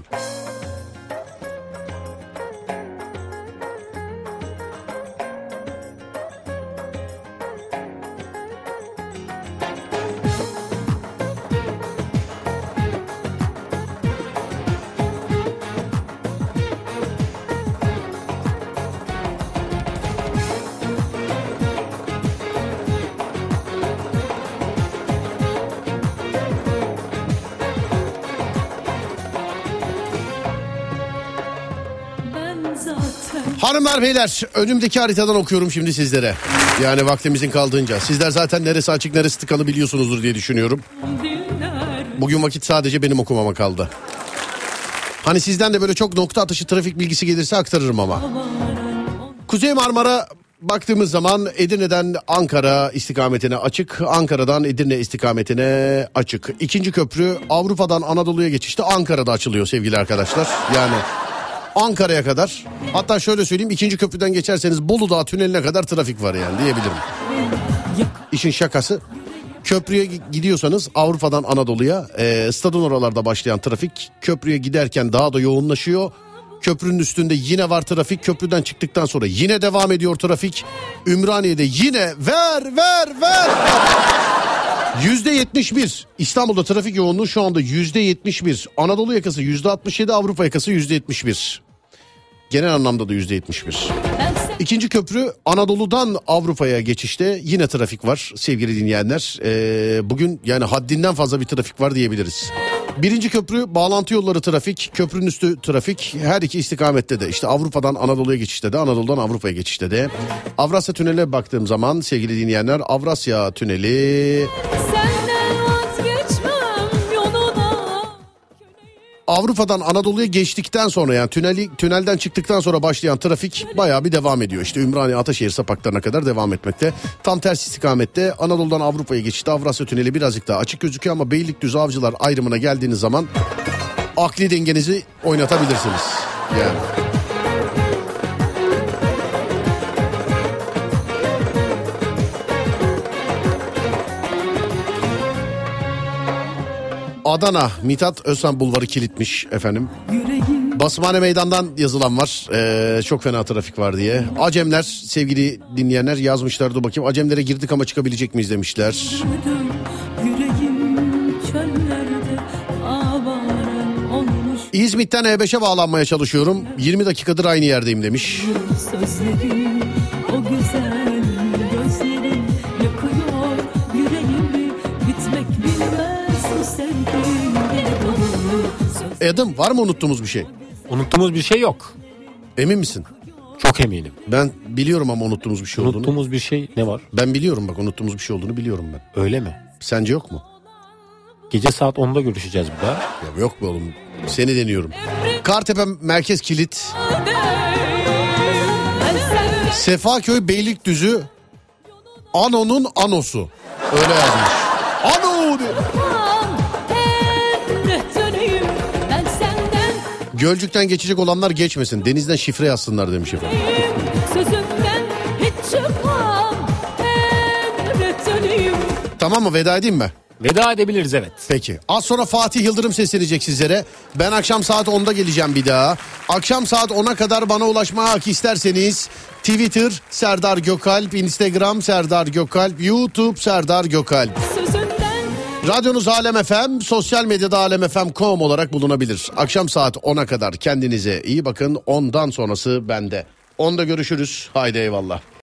Hanımlar beyler, önümdeki haritadan okuyorum şimdi sizlere. Yani vaktimizin kaldığınca. Sizler zaten neresi açık neresi tıkalı biliyorsunuzdur diye düşünüyorum. Bugün vakit sadece benim okumama kaldı. Hani sizden de böyle çok nokta atışı trafik bilgisi gelirse aktarırım ama. Kuzey Marmara baktığımız zaman Edirne'den Ankara istikametine açık. Ankara'dan Edirne istikametine açık. İkinci köprü Avrupa'dan Anadolu'ya geçişte Ankara'da açılıyor sevgili arkadaşlar. Yani Ankara'ya kadar, hatta şöyle söyleyeyim, ikinci köprüden geçerseniz Bolu Dağı tüneline kadar trafik var yani diyebilirim. İşin şakası, köprüye gidiyorsanız Avrupa'dan Anadolu'ya stadın oralarda başlayan trafik köprüye giderken daha da yoğunlaşıyor. Köprünün üstünde yine var trafik, köprüden çıktıktan sonra yine devam ediyor trafik. Ümraniye'de yine ver. %71 İstanbul'da trafik yoğunluğu şu anda %71. Anadolu yakası %67, Avrupa yakası %71. Genel anlamda da %71. İkinci köprü Anadolu'dan Avrupa'ya geçişte yine trafik var sevgili dinleyenler. Bugün yani haddinden fazla bir trafik var diyebiliriz. Birinci köprü bağlantı yolları trafik, köprünün üstü trafik, her iki istikamette de, işte Avrupa'dan Anadolu'ya geçişte de, Anadolu'dan Avrupa'ya geçişte de. Avrasya Tüneli'ne baktığım zaman sevgili dinleyenler, Avrasya Tüneli Avrupa'dan Anadolu'ya geçtikten sonra, yani tünelden çıktıktan sonra başlayan trafik bayağı bir devam ediyor. İşte Ümraniye Ataşehir sapaklarına kadar devam etmekte. Tam tersi istikamette Anadolu'dan Avrupa'ya geçişte Avrasya Tüneli birazcık daha açık gözüküyor ama Beylikdüzü Avcılar ayrımına geldiğiniz zaman akli dengenizi oynatabilirsiniz. Yani. Adana Mithat Özsan Bulvarı kilitmiş efendim. Basmane Meydan'dan yazılan var. Çok fena trafik var diye. Acemler sevgili dinleyenler yazmışlar, dur bakayım. Acemlere girdik ama çıkabilecek miyiz demişler. İzmit'ten E5'e bağlanmaya çalışıyorum. 20 dakikadır aynı yerdeyim demiş. Sözlerin, o güzel gözlerin yakıyor yüreğimi, bitmek bilmez bu sevgin beni dolu. Adam, var mı unuttuğumuz bir şey? Unuttuğumuz bir şey yok. Emin misin? Çok eminim. Ben biliyorum ama unuttuğumuz bir şey olduğunu. Unuttuğumuz bir şey ne var? Ben biliyorum bak, unuttuğumuz bir şey olduğunu biliyorum ben. Öyle mi? Sence yok mu? Gece saat 10'da görüşeceğiz bir daha. Ya yok be oğlum. Seni deniyorum. Kartepe merkez kilit. Sefaköy Beylikdüzü Ano'nun anosu. Öyle yazmış. Ano diye. Gölcük'ten geçecek olanlar geçmesin. Denizden şifre yazsınlar demiş efendim. Sözümden hiç çıkmam, döneyim. Tamam mı, veda edeyim mi? Veda edebiliriz, evet. Peki. Az sonra Fatih Yıldırım seslenecek sizlere. Ben akşam saat 10'da geleceğim bir daha. Akşam saat 10'a kadar bana ulaşmak isterseniz Twitter Serdar Gökalp, Instagram Serdar Gökalp, YouTube Serdar Gökalp. Radyonuz Alem FM, sosyal medyada alemfm.com olarak bulunabilir. Akşam saat 10'a kadar kendinize iyi bakın. 10'dan sonrası bende. 10'da görüşürüz. Haydi eyvallah.